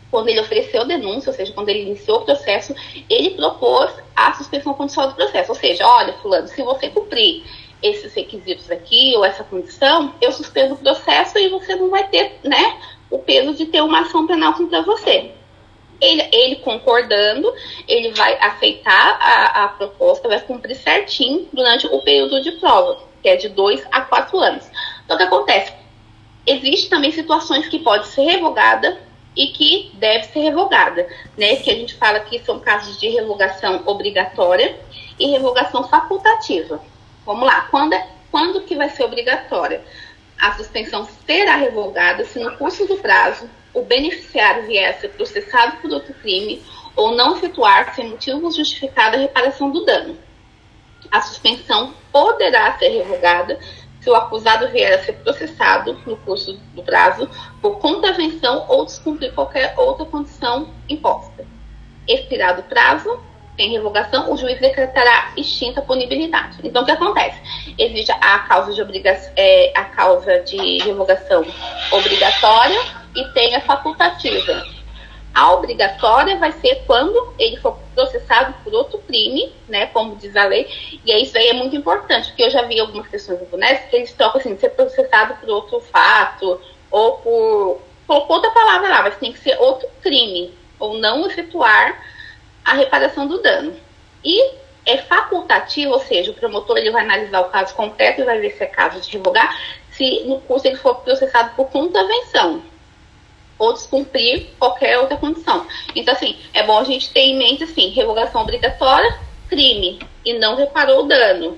quando ele ofereceu a denúncia, ou seja, quando ele iniciou o processo, ele propôs a suspensão condicional do processo. Ou seja, olha, fulano, se você cumprir esses requisitos aqui, ou essa condição, eu suspendo o processo e você não vai ter, né, o peso de ter uma ação penal contra você. Ele, ele concordando, ele vai aceitar a, a proposta, vai cumprir certinho durante o período de prova, que é de dois a quatro anos. Então, o que acontece? Existem também situações que pode ser revogada e que deve ser revogada, né? Que a gente fala que são casos de revogação obrigatória e revogação facultativa. Vamos lá, quando, é, quando que vai ser obrigatória? A suspensão será revogada se no curso do prazo o beneficiário vier a ser processado por outro crime ou não efetuar sem motivo justificado a reparação do dano. A suspensão poderá ser revogada se o acusado vier a ser processado no curso do prazo por contravenção ou descumprir qualquer outra condição imposta. Expirado o prazo, em revogação, o juiz decretará extinta a punibilidade. Então, o que acontece? Existe a causa de, obriga- é, a causa de revogação obrigatória e tem a facultativa. A obrigatória vai ser quando ele for processado por outro crime, né, como diz a lei, e aí isso aí é muito importante, porque eu já vi algumas questões do Bunesc que eles trocam assim, ser processado por outro fato, ou por, colocou outra palavra lá, mas tem que ser outro crime, ou não efetuar a reparação do dano. E é facultativo, ou seja, o promotor ele vai analisar o caso concreto e vai ver se é caso de revogar, se no curso ele for processado por contravenção ou descumprir qualquer outra condição. Então, assim, é bom a gente ter em mente, assim, revogação obrigatória, crime, e não reparou o dano.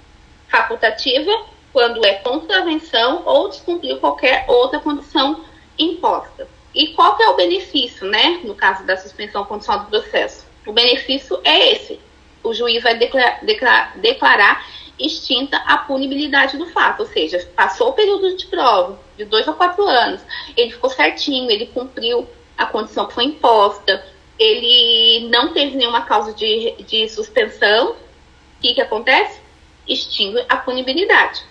Facultativa, quando é contravenção ou descumprir qualquer outra condição imposta. E qual que é o benefício, né, no caso da suspensão condicional do processo? O benefício é esse. O juiz vai declarar, declarar, declarar extinta a punibilidade do fato, ou seja, passou o período de prova, de dois a quatro anos, ele ficou certinho, ele cumpriu a condição que foi imposta, ele não teve nenhuma causa de, de suspensão, o que que acontece? Extingue a punibilidade.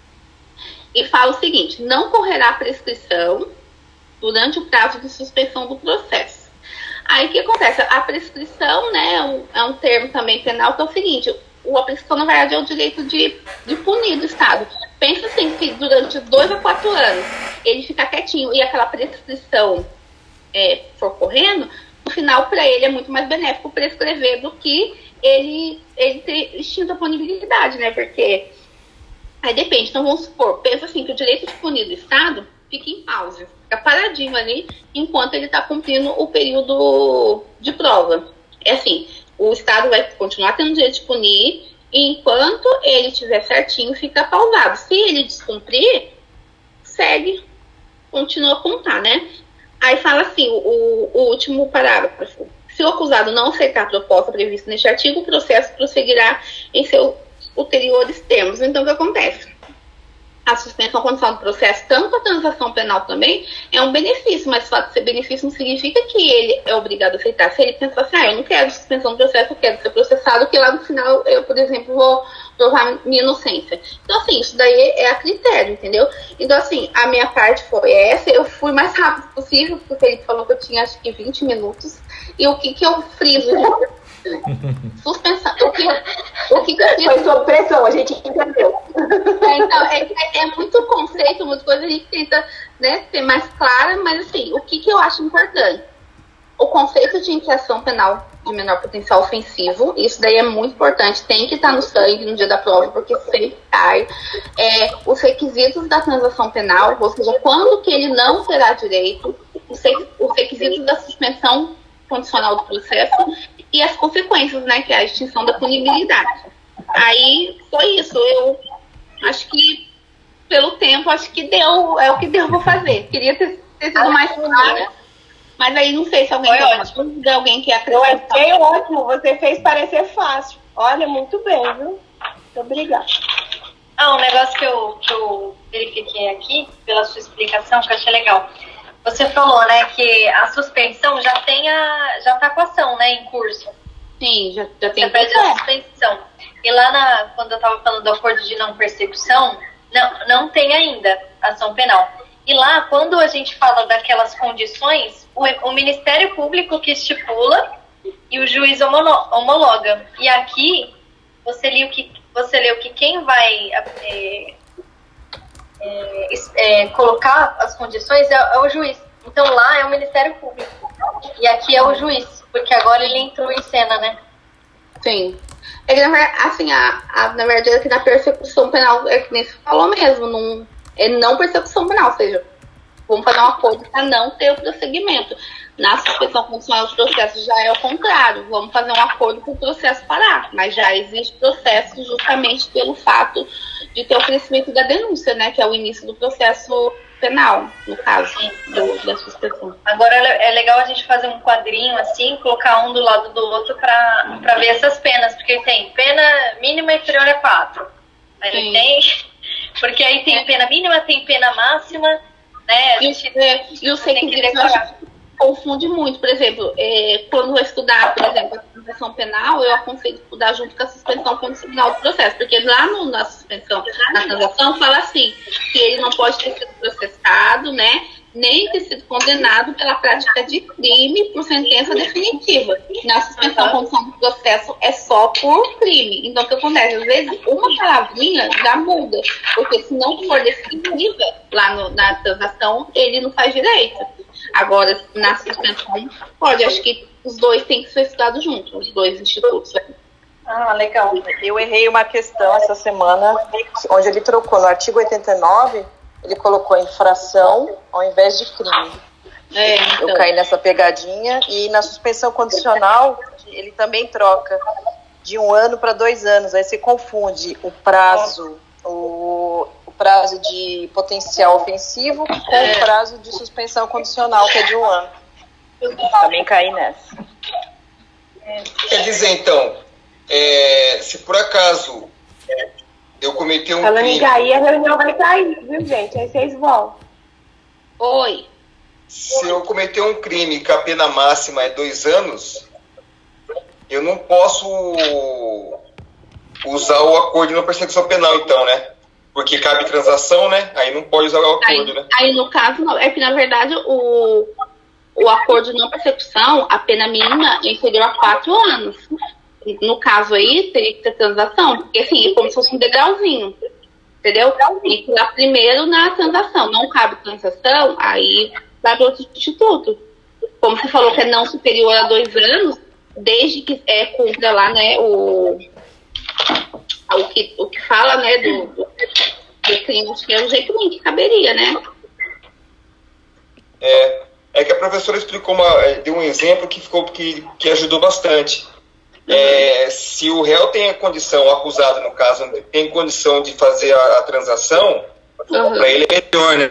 E fala o seguinte, não correrá prescrição durante o prazo de suspensão do processo. Aí o que acontece? A prescrição, né, é um, é um termo também penal, que é o seguinte, a prescrição, na verdade, é o direito de, de punir do Estado. Pensa assim, que durante dois a quatro anos ele ficar quietinho e aquela prescrição é, for correndo, no final, para ele, é muito mais benéfico prescrever do que ele, ele ter extinto a punibilidade, né? Porque aí depende. Então, vamos supor, pensa assim, que o direito de punir do Estado fica em pausa, fica paradinho ali, enquanto ele está cumprindo o período de prova. É assim, o Estado vai continuar tendo o direito de punir, e enquanto ele estiver certinho, fica pausado. Se ele descumprir, segue, continua a contar, né? Aí fala assim, o, o último parágrafo. Se o acusado não aceitar a proposta prevista neste artigo, o processo prosseguirá em seus ulteriores termos. Então, o que acontece? A suspensão condicional do processo, tanto a transação penal também, é um benefício, mas o fato de ser benefício não significa que ele é obrigado a aceitar. Se ele pensar assim, ah, eu não quero suspensão do processo, eu quero ser processado, que lá no final eu, por exemplo, vou provar minha inocência. Então, assim, isso daí é a critério, entendeu? Então, assim, a minha parte foi essa, eu fui mais rápido possível, porque o Felipe falou que eu tinha, acho que, vinte minutos, e o que que eu friso de... Suspensão. O que, o que, que eu Foi sob pressão, a gente entendeu. É, então, é, é, é muito conceito, muita coisa a gente tenta, né, ser mais clara, mas assim, o que, que eu acho importante? O conceito de infração penal de menor potencial ofensivo, isso daí é muito importante, tem que estar no sangue no dia da prova, porque sempre cai. É, os requisitos da transação penal, ou seja, quando que ele não terá direito, os, os requisitos da suspensão condicional do processo e as consequências, né, que é a extinção da punibilidade. Aí foi isso, eu acho que pelo tempo, acho que deu, é o que deu pra fazer. Queria ter, ter sido mais clara, mas aí não sei se alguém foi tem alguma ótimo. dúvida, alguém quer Eu acrescentar. achei ótimo, você fez parecer fácil. Olha, muito bem, viu? Muito obrigada. Ah, um negócio que eu, que eu verifiquei aqui, pela sua explicação, que eu achei legal. Você falou, né, que a suspensão já tem a, já tá com a ação, né, em curso. Sim, já, já tem Você pede a suspensão. E lá, na, quando eu estava falando do acordo de não persecução, não, não tem ainda ação penal. E lá, quando a gente fala daquelas condições, o, o Ministério Público que estipula e o juiz homono- homologa. E aqui, você leu que, você leu que quem vai é, é, é, colocar as condições é, é o juiz. Então lá é o Ministério Público. E aqui é o juiz, porque agora ele entrou em cena, né? Sim. É que, na verdade, assim, a, a, na verdade, é que na persecução penal, é que nem você falou mesmo, não, é não persecução penal, ou seja, vamos fazer um acordo para não ter o prosseguimento. Na suspensão condicional dos processos já é o contrário, vamos fazer um acordo para o processo parar, mas já existe processo justamente pelo fato de ter o crescimento da denúncia, né, que é o início do processo penal, no caso, do, da suspensão. Agora é legal a gente fazer um quadrinho assim, colocar um do lado do outro para ver essas penas, porque tem pena mínima inferior a quatro. Aí Sim. tem, porque aí tem pena mínima, tem pena máxima, né? A E, gente é, e o tem que direito eu acho que confunde muito. Por exemplo, é, quando eu estudar, por exemplo, a suspensão penal, eu aconselho estudar junto com a suspensão condicional do processo, porque lá no, na suspensão, na transação, fala assim, que ele não pode ter sido processado, né, nem ter sido condenado pela prática de crime por sentença definitiva. Na suspensão condicional do processo é só por crime. Então, o que acontece? Às vezes, uma palavrinha já muda, porque se não for definitiva lá no, na transação, ele não faz direito. Agora, na suspensão, pode. Acho que os dois têm que ser estudados juntos, os dois institutos. Ah, legal. Eu errei uma questão essa semana, onde ele trocou no artigo oitenta e nove, ele colocou infração ao invés de crime. É, então. Eu caí nessa pegadinha. E na suspensão condicional, ele também troca de um ano para dois anos. Aí você confunde o prazo, o, o prazo de potencial ofensivo com é. o prazo de suspensão condicional, que é de um ano. Eu também caí nessa. Quer dizer, então, é, se por acaso eu cometer um Falando crime... em cair, a reunião vai cair, viu, gente? Aí vocês vão. Oi. Se eu cometer um crime que a pena máxima é dois anos, eu não posso usar o acordo de não persecução penal, então, né? Porque cabe transação, né? Aí não pode usar o acordo, aí, né? Aí, no caso, não. É que, na verdade, o, o acordo de não persecução, a pena mínima é inferior a quatro anos. No caso aí, teria que ter transação, porque assim, é como se fosse um degrauzinho, entendeu? Tem que ir lá primeiro na transação. Não cabe transação, aí vai para outro instituto. Como você falou que é não superior a dois anos, desde que é, cumpra lá, né, o, o, que, o que fala, né, do, do, do crime, acho que é o jeito que caberia, né? É, é que a professora explicou, uma, deu um exemplo que, ficou, que, que ajudou bastante. É, se o réu tem a condição, o acusado no caso, tem condição de fazer a, a transação, uhum. para ele é melhor, né?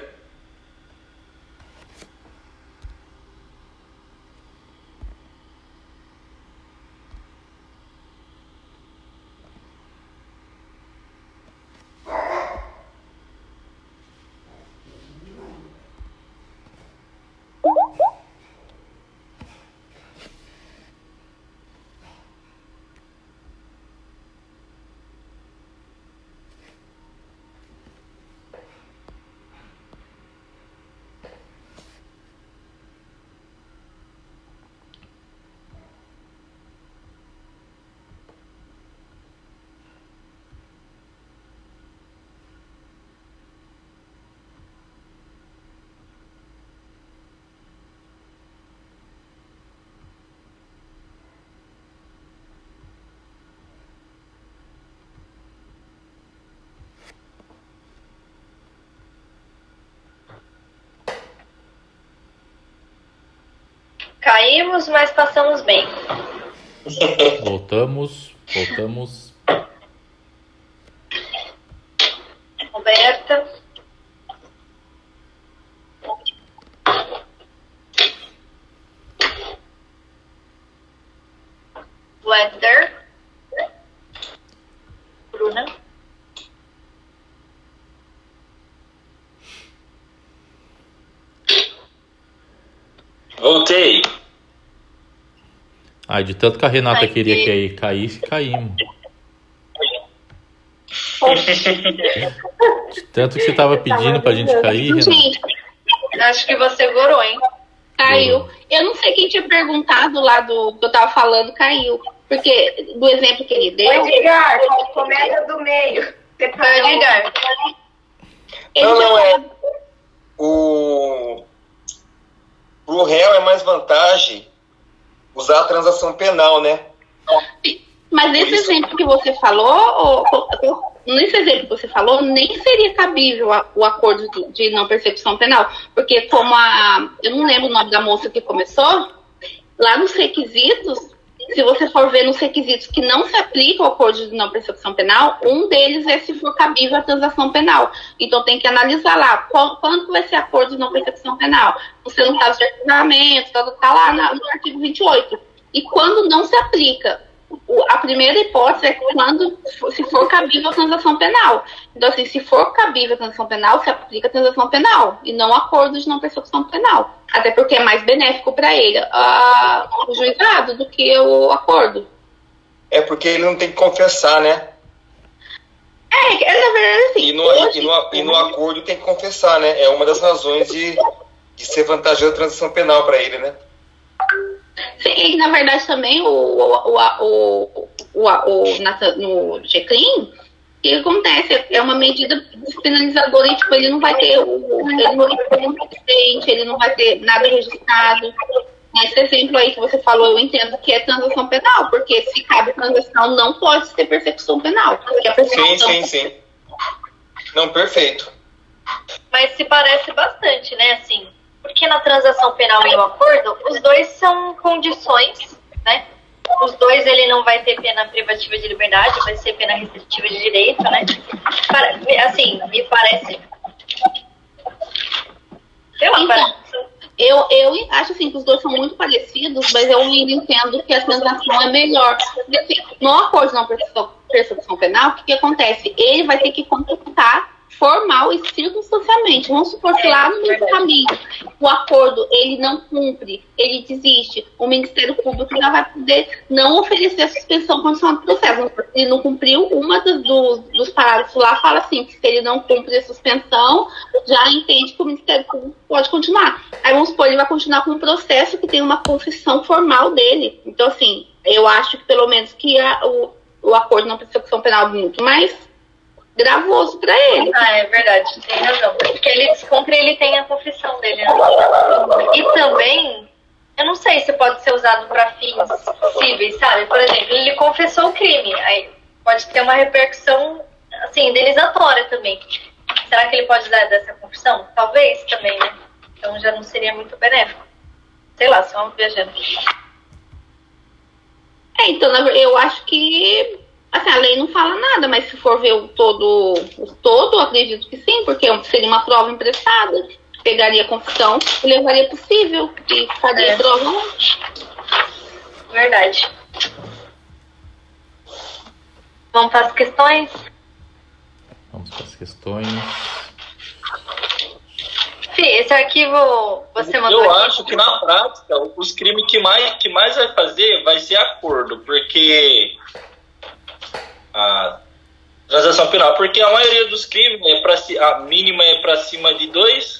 Caímos, mas passamos bem. Voltamos, voltamos. Roberta. Wender. Bruna. Voltei. Ai, de tanto que a Renata Ai, queria que... que aí caísse, caímos. De tanto que você tava pedindo pra gente cair, Renata. Gente, Acho que você gorou, hein? Caiu. Eu não sei quem tinha perguntado lá do que eu tava falando, caiu. Porque do exemplo que ele deu. Edgar, começa do meio. Edgar. Não, não, é. O... Pro réu é mais vantagem usar a transação penal, né? Mas nesse Isso. exemplo que você falou, ou, nesse exemplo que você falou, nem seria cabível a, o acordo de não persecução penal. Porque como a... Eu não lembro o nome da moça que começou. Lá nos requisitos, se você for ver nos requisitos que não se aplica o acordo de não persecução penal, um deles é se for cabível a transação penal. Então tem que analisar lá qual, quanto vai ser acordo de não persecução penal. Você no caso de arquivamento, está tá lá na, no artigo vinte e oito. E quando não se aplica, o, a primeira hipótese é quando se for cabível a transação penal. Então assim, se for cabível a transação penal, se aplica a transação penal e não acordo de não persecução penal. Até porque é mais benéfico para ele uh, o juizado do que o acordo. É porque ele não tem que confessar, né? É, é na verdade assim. E no, hoje, e, no, e no acordo tem que confessar, né? É uma das razões de, de ser vantajosa a transação penal para ele, né? Sim, e na verdade também o, o, o, o, o, o, na, no G C R I M, o que acontece? É uma medida despenalizadora e tipo, ele não vai ter o, ele não vai ter um precedente, ele não vai ter nada registrado. Nesse exemplo aí que você falou, eu entendo que é transação penal, porque se cabe transação, não pode ter persecução penal. Porque a persecução... Sim, sim, sim. Não, perfeito. Mas se parece bastante, né, assim, porque na transação penal e o acordo, os dois são condições, né? Os dois, ele não vai ter pena privativa de liberdade, vai ser pena restritiva de direito, né? Assim, me parece... Sei lá, então, parece... Eu, eu acho assim, que os dois são muito parecidos, mas eu ainda entendo que a transação é melhor. Porque, assim, no acordo de não persecução penal, o que, que acontece? Ele vai ter que computar formal e circunstancialmente. Vamos supor que lá no meio do caminho o acordo ele não cumpre, ele desiste, o Ministério Público já vai poder não oferecer a suspensão condicional do processo. Se ele não cumpriu, uma dos, dos, dos parágrafos lá fala assim, que se ele não cumpre a suspensão, já entende que o Ministério Público pode continuar. Aí vamos supor, ele vai continuar com um processo que tem uma confissão formal dele. Então assim, eu acho que pelo menos que a, o, o acordo de não persecução penal é muito mais gravoso para ele. Ah, é verdade, tem razão. Porque ele descumpre, ele tem a confissão dele, né? E também, eu não sei se pode ser usado para fins cíveis, sabe? Por exemplo, ele confessou o crime, aí pode ter uma repercussão, assim, indenizatória também. Será que ele pode dar dessa confissão? Talvez também, né? Então já não seria muito benéfico. Sei lá, só um viajante. É, então eu acho que assim, a lei não fala nada, mas se for ver o todo, o todo, eu acredito que sim, porque seria uma prova emprestada, pegaria a confissão e levaria possível, e faria é. prova. Verdade. Vamos para as questões? Vamos para as questões. Fih, esse arquivo você mandou Eu aqui? acho que na prática, os crimes que mais, que mais vai fazer vai ser acordo, porque a transação penal, porque a maioria dos crimes é pra, a mínima é para cima de dois.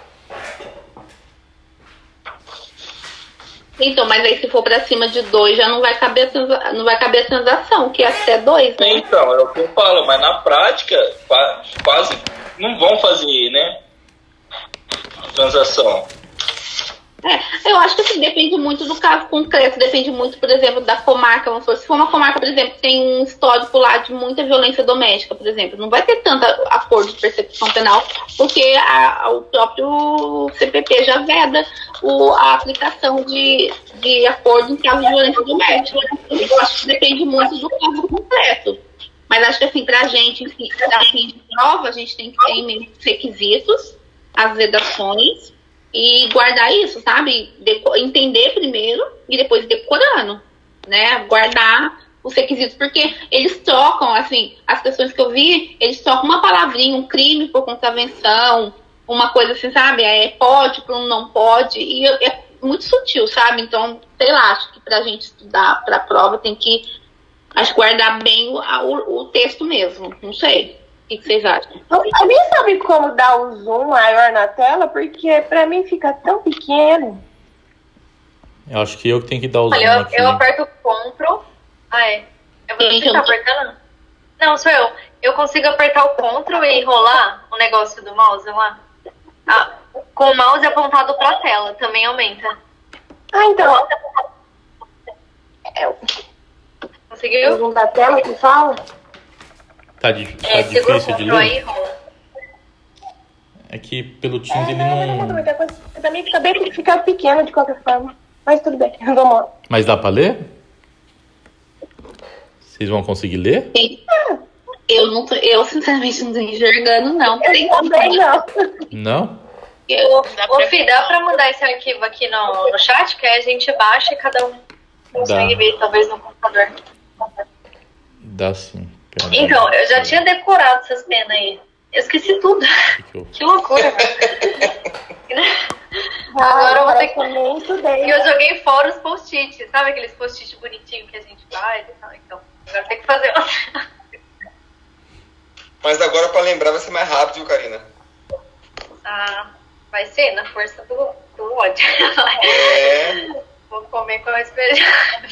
Então, mas aí se for para cima de dois, já não vai caber a, transa, não vai caber a transação, que é até dois, né? Então, é o que eu falo, mas na prática quase não vão fazer, né, transação. É, eu acho que assim, depende muito do caso concreto, depende muito, por exemplo, da comarca. Vamos supor, se for uma comarca, por exemplo, que tem um histórico lá de muita violência doméstica, por exemplo, não vai ter tanto acordo de persecução penal, porque a, a, o próprio C P P já veda o, a aplicação de, de acordo em caso de violência doméstica. Eu acho que depende muito do caso concreto. Mas acho que assim, pra gente, enfim, pra fim de prova, a gente tem que ter em mente os requisitos, as vedações, e guardar isso, sabe? Deco- entender primeiro e depois decorando, né? Guardar os requisitos, porque eles trocam, assim, as questões que eu vi, eles trocam uma palavrinha, um crime por contravenção, uma coisa assim, sabe? É pode por um não pode, e é muito sutil, sabe? Então, sei lá, acho que pra gente estudar pra prova tem que, acho, guardar bem o, o, o texto mesmo, não sei. que, que vocês acham? Alguém sabe como dar o zoom maior na tela? Porque pra mim fica tão pequeno. Eu acho que eu que tenho que dar o zoom Olha, eu, aqui. eu aperto Ctrl. Ah, é. É você Gente, que eu tá não tô- apertando? Não, sou eu. Eu consigo apertar o Ctrl e enrolar o negócio do mouse lá. Ah, com o mouse apontado pra tela, também aumenta. Ah, então. É o Conseguiu? zoom da tela que fala? Tá, di- tá É, segura o difícil de Ctrl aí e ler? enrola. É que pelo Teams É, ele não, não muda não... muita coisa. Pra mim fica bem fica pequeno de qualquer forma. Mas tudo bem, vamos lá. Mas dá pra ler? Vocês vão conseguir ler? Eu, não tô, eu sinceramente não tô enxergando, não. Tem Eu também não. Não? Eu, Ô, Fih, dá pra mandar esse arquivo aqui no, no chat? Que aí a gente baixa e cada um consegue Dá. ver, talvez, no computador. Dá sim. Pera aí. Então, eu já tinha decorado essas penas aí. Eu esqueci tudo. Que que eu- Que loucura. Agora eu vou ter que... também estudei. E eu joguei fora os post-its. Sabe aqueles post-its bonitinhos que a gente faz e tal? Então, agora tem que fazer outra. Mas agora pra lembrar vai ser mais rápido, viu, Karina? Ah, vai ser na força do, do ódio. É. Vou comer com a esperança.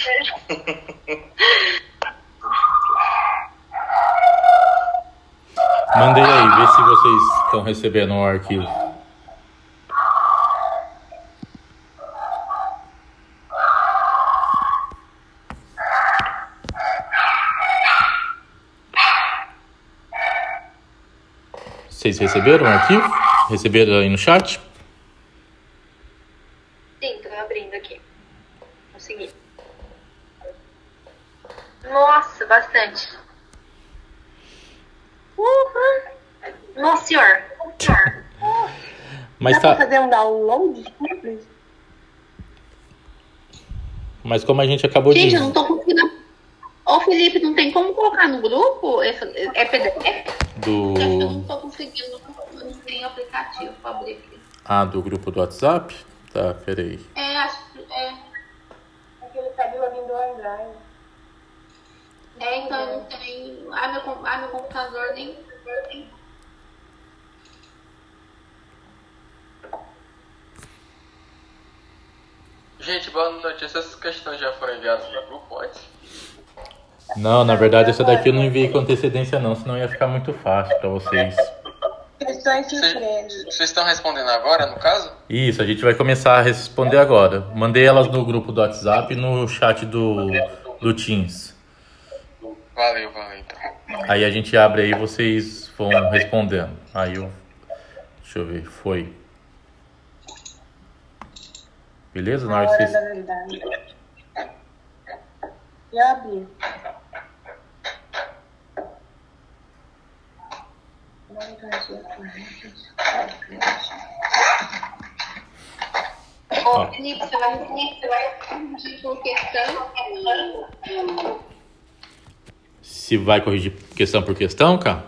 Mandei aí, vê se vocês estão recebendo o arquivo. Vocês receberam o arquivo? Receberam aí no chat? Sim, tô abrindo aqui. Consegui. Nossa, bastante. Uhum. Nossa senhor. Mas Dá pra tá. fazer um download simples? Mas como a gente acabou gente, de. eu não tô conseguindo. Ô, Felipe, não tem como colocar no grupo? Essa- É P D F? Eu Do. não tô conseguindo. Eu não tenho aplicativo pra abrir aqui. Ah, do grupo do WhatsApp? Tá, peraí. É, acho que. É, Aquele pede login do Android. é então eu não tenho. Ah, meu, com- ah, meu computador nem. nem- Gente, boa noite. Essas questões já foram enviadas para o grupo antes? Não, na verdade essa daqui eu não enviei com antecedência não, senão ia ficar muito fácil pra vocês. Questões Vocês surpresas. vocês estão respondendo agora, no caso? Isso, a gente vai começar a responder agora. Mandei elas no grupo do WhatsApp e no chat do, do Teams. Valeu, valeu então. Aí a gente abre aí e vocês vão respondendo. Aí eu... Deixa eu ver, foi. Beleza? Na hora que vocês... verdade. E abri. Ô, Felipe, você vai responder você vai responder por questão? Se vai corrigir questão por questão, cara?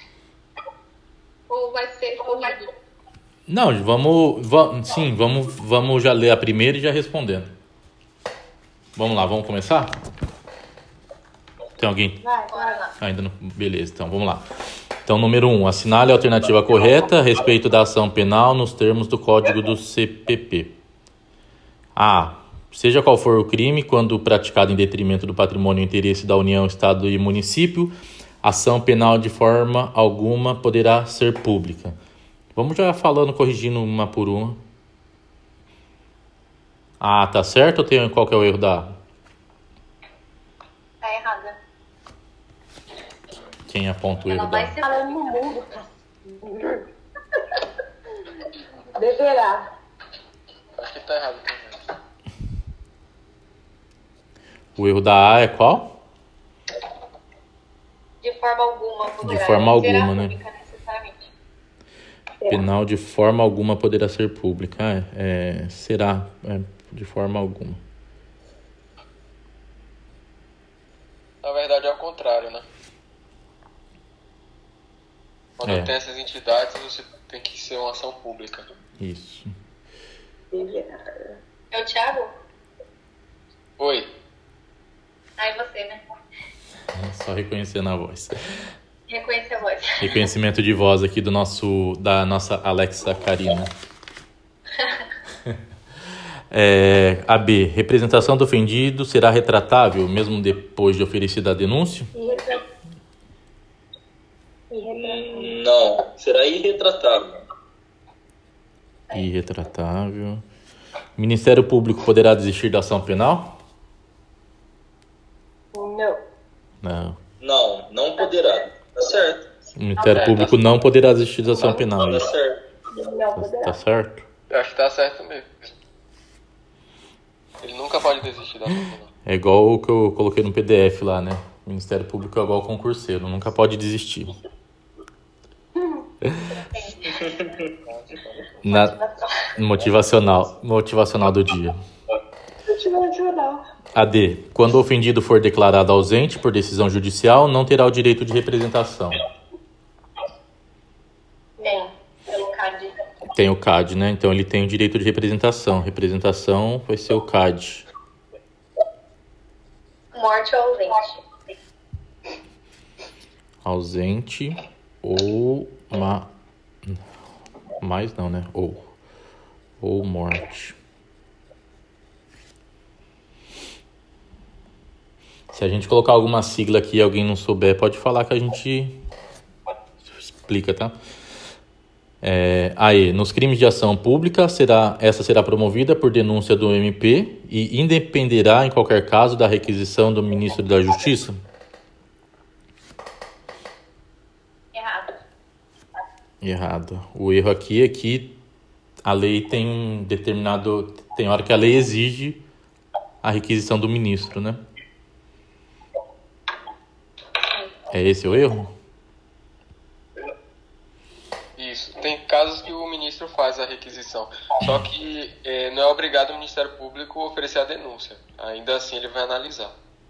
Ou vai ser corrido? Não, vamos, vamos... Sim, vamos, vamos já ler a primeira e já respondendo. Vamos lá, vamos começar? Tem alguém? Vai, vai. Ah, ainda não. Beleza, então vamos lá. Então, número um, assinale a alternativa correta a respeito da ação penal nos termos do Código do C P P. A. Seja qual for o crime, quando praticado em detrimento do patrimônio e interesse da União, Estado e Município, a ação penal de forma alguma poderá ser pública. Vamos já falando, corrigindo uma por uma. Ah, tá certo ou tem qual que é o erro da A? Tá errada. Quem aponta o Ela erro da vai A? ser. Falando no mundo. Deverá. Acho que tá errado também. O erro da A é qual? De forma alguma. poderá De forma ser alguma, né? pública, necessariamente. Penal de forma alguma poderá ser pública. Ah, é, é, será, é, de forma alguma. Na verdade é ao contrário, né? Quando É. tem essas entidades, você tem que ser uma ação pública. Isso. É o Thiago? Oi. Aí você, né? É só reconhecendo a voz. Reconheceu a voz. Reconhecimento de voz aqui do nosso, da nossa Alexa Karina. É, A B. Representação do ofendido será retratável, mesmo depois de oferecida a denúncia? Não, será irretratável. Irretratável. Ministério Público poderá desistir da ação penal? Não. Não. Não, não poderá. Tá certo. O Ministério Público não poderá desistir da ação penal. Tá Isso. certo. Não Tá, poderá. tá certo? Eu acho que tá certo mesmo. Ele nunca pode desistir da ação penal. É igual o que eu coloquei no P D F lá, né? O Ministério Público é igual ao concurseiro, nunca pode desistir. Na, motivacional, motivacional do dia. Motivacional. A D. Quando o ofendido for declarado ausente por decisão judicial, não terá o direito de representação. Tem, pelo C A D. Tem o C A D, né? Então ele tem o direito de representação. Representação vai ser o C A D. Morte ou ausente. Ausente ou ma... mais não, né? Ou ou morte. Se a gente colocar alguma sigla aqui e alguém não souber, pode falar que a gente explica, tá? É, aí, nos crimes de ação pública, será, essa será promovida por denúncia do M P e independerá, em qualquer caso, da requisição do Ministro da Justiça? Errado. Errado. O erro aqui é que a lei tem um determinado... Tem hora que a lei exige a requisição do ministro, né? É esse o erro? Isso. Tem casos que o ministro faz a requisição. Só que é, não é obrigado o Ministério Público oferecer a denúncia. Ainda assim ele vai analisar.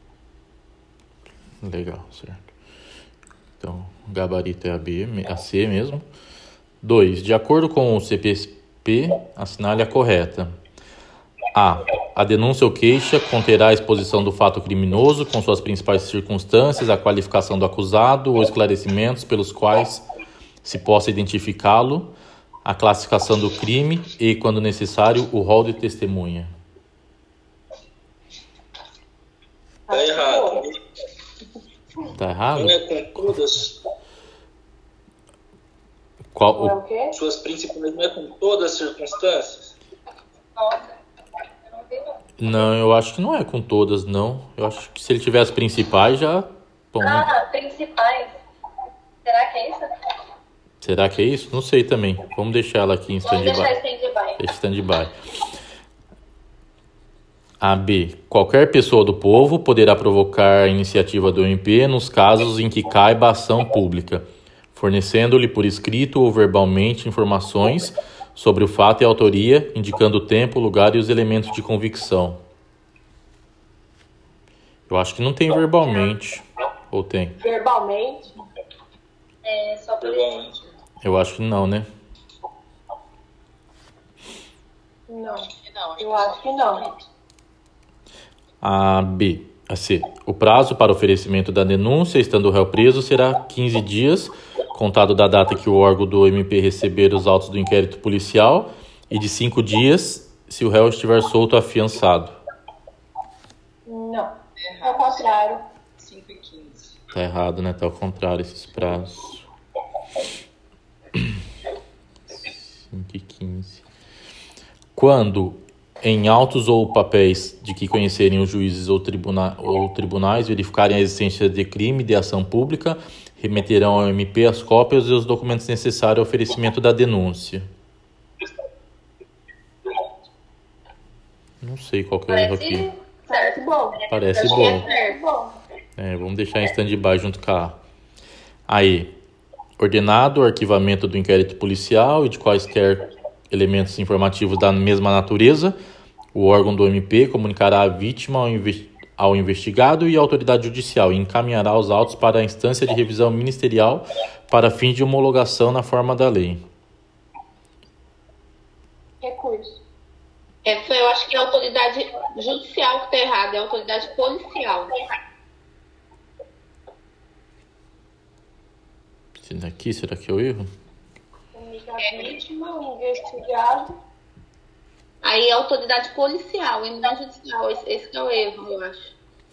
Legal, certo. Então, o gabarito é a B, a C mesmo. dois. De acordo com o C P P, assinale a correta. A. A denúncia ou queixa conterá a exposição do fato criminoso com suas principais circunstâncias, a qualificação do acusado ou esclarecimentos pelos quais se possa identificá-lo, a classificação do crime e, quando necessário, o rol de testemunha. Tá errado. Tá errado? Não é com todas. Qual, Não é o, o quê? Suas principais não é com todas as circunstâncias? Nossa, eu não vi não. não, eu acho que não é com todas, não. Eu acho que se ele tiver as principais, já... Bom, né? Ah, principais. Será que é isso? Será que é isso? Não sei também. Vamos deixar ela aqui em Vamos deixar stand-by. stand-by. Deixa stand-by. A B. Qualquer pessoa do povo poderá provocar a iniciativa do M P nos casos em que caiba a ação pública, fornecendo-lhe por escrito ou verbalmente informações sobre o fato e a autoria, indicando o tempo, o lugar e os elementos de convicção. Eu acho que não tem verbalmente. Ou tem? Verbalmente? É, só por isso. Provavelmente. Eu acho que não, né? Não. Eu acho que não. A B. A C. O prazo para oferecimento da denúncia, estando o réu preso, será quinze dias, contado da data que o órgão do M P receber os autos do inquérito policial, e de cinco dias se o réu estiver solto afiançado. Não. Ao contrário. cinco e quinze. Tá errado, né? Tá ao contrário esses prazos. cinco e quinze. Quando, em autos ou papéis de que conhecerem os juízes ou, tribuna ou tribunais, verificarem a existência de crime de ação pública, remeterão ao M P as cópias e os documentos necessários ao oferecimento da denúncia. Não sei qual que é o erro aqui. Parece Parece certo. bom. Parece Acho que bom. é certo. Bom. É, vamos deixar em stand-by junto com a... Aí, ordenado o arquivamento do inquérito policial e de quaisquer elementos informativos da mesma natureza, o órgão do M P comunicará a vítima ao, inve ao investigado e à autoridade judicial e encaminhará os autos para a instância de revisão ministerial para fins de homologação na forma da lei. Recurso. Essa eu acho que é a autoridade judicial que está errada, é a autoridade policial. Esse daqui, será que é o erro? Comunica a vítima, o investigado. Aí a autoridade policial e não judicial. Esse, esse que é o erro, eu acho.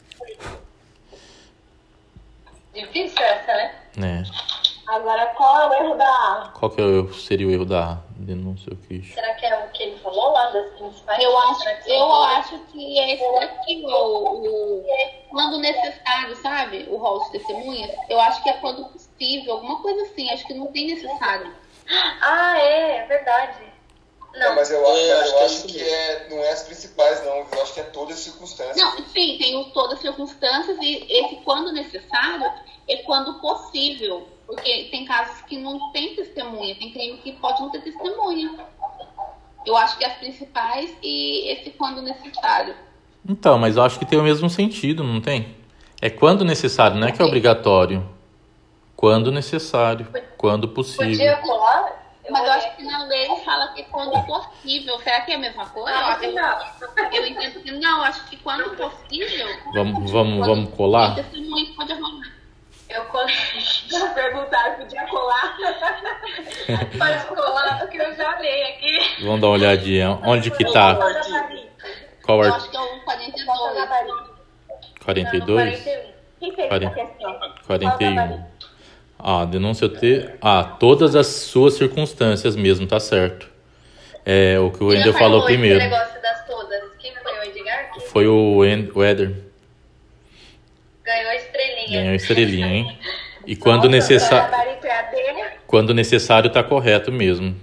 Difícil essa, né? É. Agora, qual é o erro da A? Qual que é o erro, seria o erro da denúncia? O que... Será que é o que ele falou lá das principais? Eu acho, Será que eu são- acho que é esse daqui, o, o, quando necessário, sabe? O rol de testemunhas. Eu acho que é quando possível, alguma coisa assim. Acho que não tem necessário. Ah, é, é verdade. Não, É, mas eu, acho- É, eu acho que é acho isso que mesmo. é, não é as principais, não. Eu acho que é todas as circunstâncias. Não, sim, tem o, todas as circunstâncias e esse quando necessário é quando possível. Porque tem casos que não tem testemunha, tem crime que pode não ter testemunha. Eu acho que as principais e esse quando necessário. Então, mas eu acho que tem o mesmo sentido, não tem? É quando necessário, não é que é obrigatório. Quando necessário, quando possível. podia colar? Mas eu acho que na lei fala que é quando possível. Será que é a mesma coisa? Ah, eu, não. eu entendo que não, acho que quando possível. Vamos, vamos, quando vamos colar? tem testemunha que pode rolar. Eu colei. Perguntaram, podia colar? Pode colar, porque eu já olhei aqui. Vamos dar uma olhadinha. Onde que tá? Qual Eu artigo? acho que é o quarenta e Qual é o dois. gabarito? quarenta e Não, dois? quarenta e um. Quem fez Quarenta- essa questão? quarenta e Qual é o um. gabarito? Ah, denúncia ter. Ah, todas as suas circunstâncias mesmo, tá certo. É o que o Quem Wender apagou falou esse primeiro. negócio das todas? Quem foi o Edgar? Que Foi o En- o Éder. ganhou a estrelinha. Ganhou estrelinha, hein? E quando Qual é o necessário. gabarito? É a D? Quando necessário, tá correto mesmo.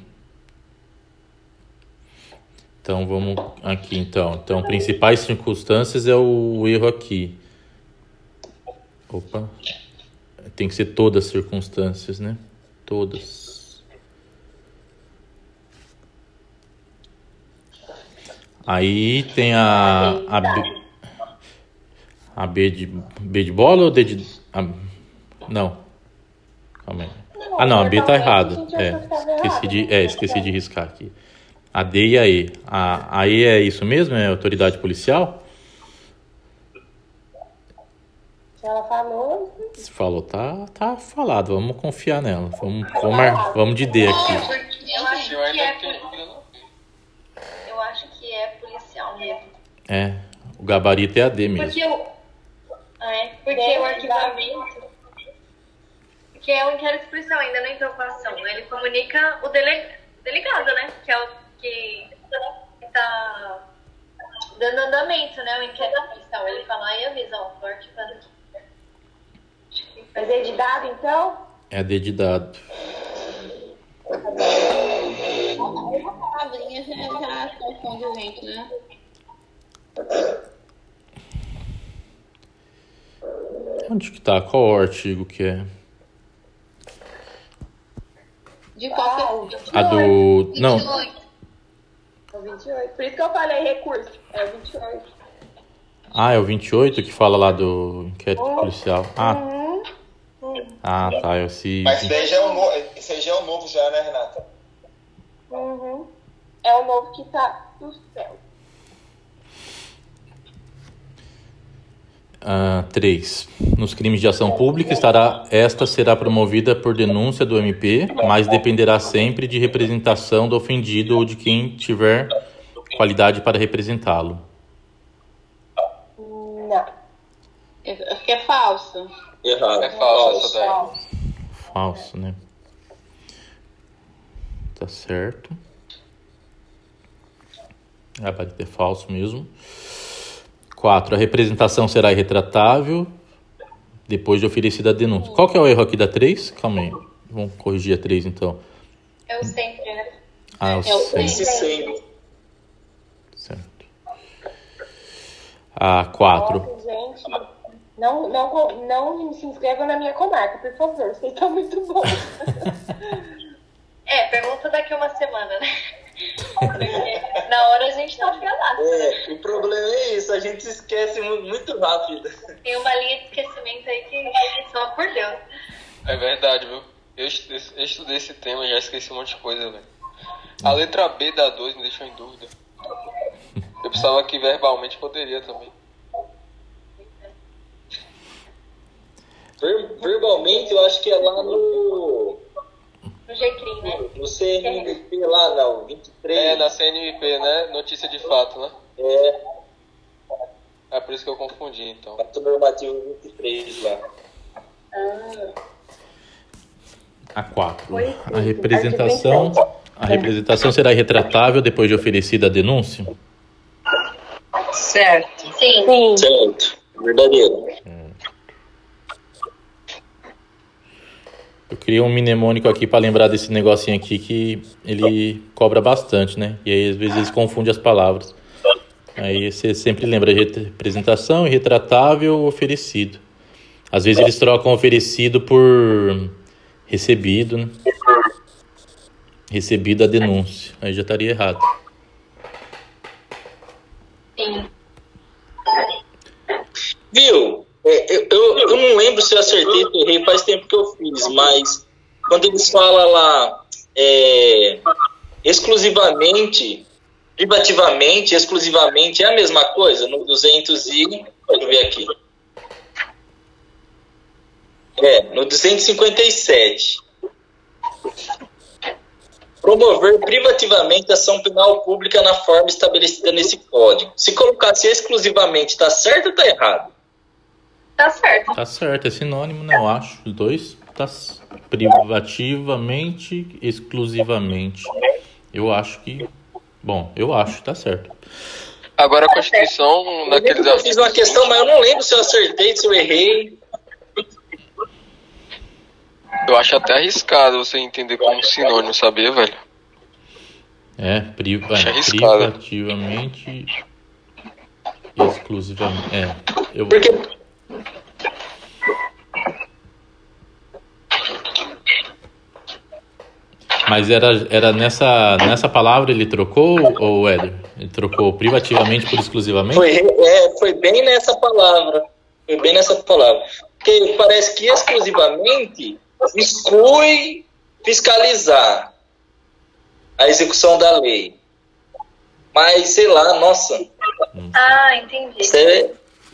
Então vamos aqui então. Então, principais circunstâncias é o erro aqui. Opa. Tem que ser todas as circunstâncias, né? Todas. Aí tem a a B, a B de B de bola ou D de a, não. Calma aí. Ah, não, a B tá errado. É, esqueci de, é, esqueci de riscar aqui. A D e a E. A, a E é isso mesmo? É autoridade policial? Se ela falou, Se falou, tá, tá falado. Vamos confiar nela. Vamos, vamos, mar- vamos de D aqui. Porque eu acho Eu que ainda é, tenho poli- dúvida não. eu acho que é policial mesmo. É, o gabarito é a D mesmo. Porque o, é, porque Deve o arquivamento, que é o inquérito policial, ainda não entrou com a ação, né? Ele comunica o dele, delegado, né? Que é o que está dando andamento, né? O inquérito policial. Ele fala e avisa, ó, tô arquivando aqui. mas é de dado, então? É a D de dado. Uma palavrinha já, já confunde a gente, né? Onde que tá? Qual o artigo que é? De qualquer Ah, o A do... Não, vinte e oito. O vinte e oito. Por isso que eu falei recurso. É o vinte e oito. ah, é o vinte e oito que fala lá do inquérito policial. Ah, Uhum. ah tá. Esse... Mas esse, daí já é um no... esse aí já é um novo já, né, Renata? Uhum. É o novo que tá no céu. Ah, três. Nos crimes de ação pública, estará, esta será promovida por denúncia do M P, mas dependerá sempre de representação do ofendido ou de quem tiver qualidade para representá-lo. Não. É- Acho que é falso. Errado. É falso essa daí. Falso, né? Tá certo. Gabarito é falso mesmo. quatro. A representação será irretratável depois de oferecida a denúncia. Qual que é o erro aqui da três? Calma aí. Vamos corrigir a três então. É o sempre, né? Ah, é o É o sempre. Esse sempre. Certo. A quatro. Nossa, gente. Não, não, não se inscrevam na minha comarca, por favor. Vocês estão muito bons. É, pergunta daqui uma semana, né? Porque na hora a gente tá afiadaço, né? É, o problema é isso, a gente se esquece mu- muito rápido. Tem uma linha de esquecimento aí que só por Deus. É verdade, viu? Eu estudei, eu estudei esse tema e já esqueci um monte de coisa, velho. A letra B da dois me deixou em dúvida. Eu pensava que verbalmente poderia também. Ver, verbalmente, eu acho que é lá no... No G C R I, né? No C N M P lá, não, vinte e três. É, na C N M P, né? Notícia de fato, né? É. É por isso que eu confundi, então. Fato normativo vinte e três lá. Ah. A quatro. Foi. A representação, a representação será retratável depois de oferecida a denúncia? Certo. Sim. Sim. Certo. Verdadeiro. Eu criei um mnemônico aqui para lembrar desse negocinho aqui que ele cobra bastante, né? E aí às vezes eles confundem as palavras. Aí você sempre lembra representação, retratável, oferecido. Às vezes eles trocam oferecido por recebido, né? Recebido a denúncia. Aí já estaria errado. Sim. Viu? É, eu, eu, eu não lembro se eu acertei ou errei, faz tempo que eu fiz, mas quando eles falam lá é, exclusivamente, privativamente, exclusivamente, é a mesma coisa? No duzentos e... Deixa eu ver aqui. É, no duzentos e cinquenta e sete. Promover privativamente ação penal pública na forma estabelecida nesse código. Se colocasse exclusivamente, tá certo ou tá errado? Tá certo. Tá certo, é sinônimo, né? Eu acho. Os dois. Tá privativamente, exclusivamente. Eu acho que... Bom, eu acho que tá certo. Agora a Constituição, naqueles... Eu fiz uma questão, mas eu não lembro se eu acertei, se eu errei. Eu acho até arriscado você entender como sinônimo, sabia, velho? É, priva, Acho arriscado. privativamente, exclusivamente. É, eu... Porque... Mas era, era nessa, nessa palavra ele trocou, ou Éder? Ele trocou privativamente por exclusivamente? Foi, é, foi bem nessa palavra. Foi bem nessa palavra. Porque parece que exclusivamente exclui fiscalizar a execução da lei. Mas, sei lá, nossa. Ah, entendi. Isso é...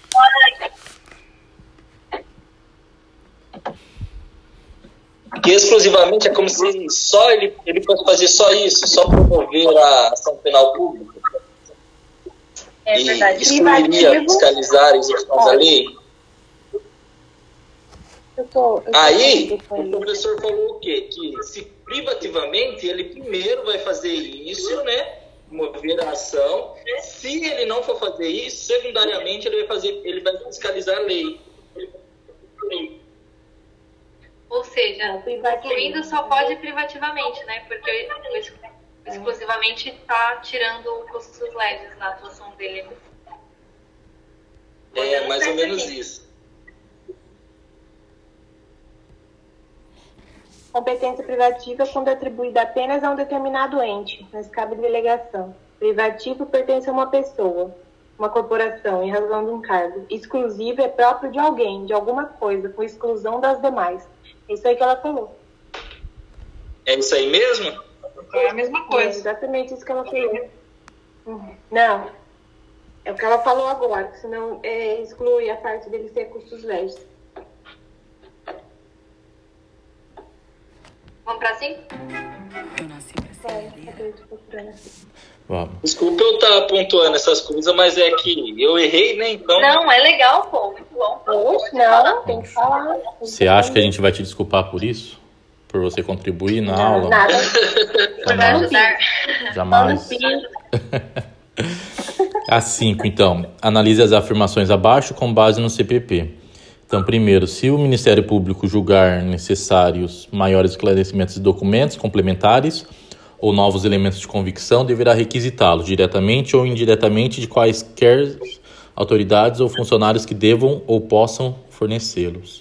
Que exclusivamente é como se só ele, ele fosse fazer só isso, só promover a ação penal pública. É e verdade. excluiria fiscalizar a execução da lei. Eu tô, eu tô Aí, tô o professor falou o quê? Que se privativamente, ele primeiro vai fazer isso, né? Mover a ação. Se ele não for fazer isso, secundariamente, ele vai fazer, ele vai fiscalizar a lei. Ou seja, excluindo só pode privativamente, né? Porque o ex- exclusivamente está tirando custos leves na atuação dele. É mais ou menos isso. Competência privativa quando atribuída apenas a um determinado ente, mas cabe delegação. Privativo pertence a uma pessoa, uma corporação, em razão de um cargo. Exclusivo é próprio de alguém, de alguma coisa, com exclusão das demais. É isso aí que ela falou. É isso aí mesmo? É a mesma É coisa. exatamente isso que ela falou. Uhum. Não, é o que ela falou agora, senão é, exclui a parte dele ser custos leves. Vamos pra cinco? Vamos. Desculpa eu estar pontuando essas coisas, mas é que eu errei, né? Então. Não, é legal, pô. Muito bom. Oxe, não, tem que falar. Você acha que a gente vai te desculpar por isso? Por você contribuir na Não, aula? nada. Vai ajudar. Jamais. A cinco, então. Analise as afirmações abaixo com base no C P P. Então, primeiro, se o Ministério Público julgar necessários maiores esclarecimentos de documentos complementares ou novos elementos de convicção, deverá requisitá-los diretamente ou indiretamente de quaisquer autoridades ou funcionários que devam ou possam fornecê-los.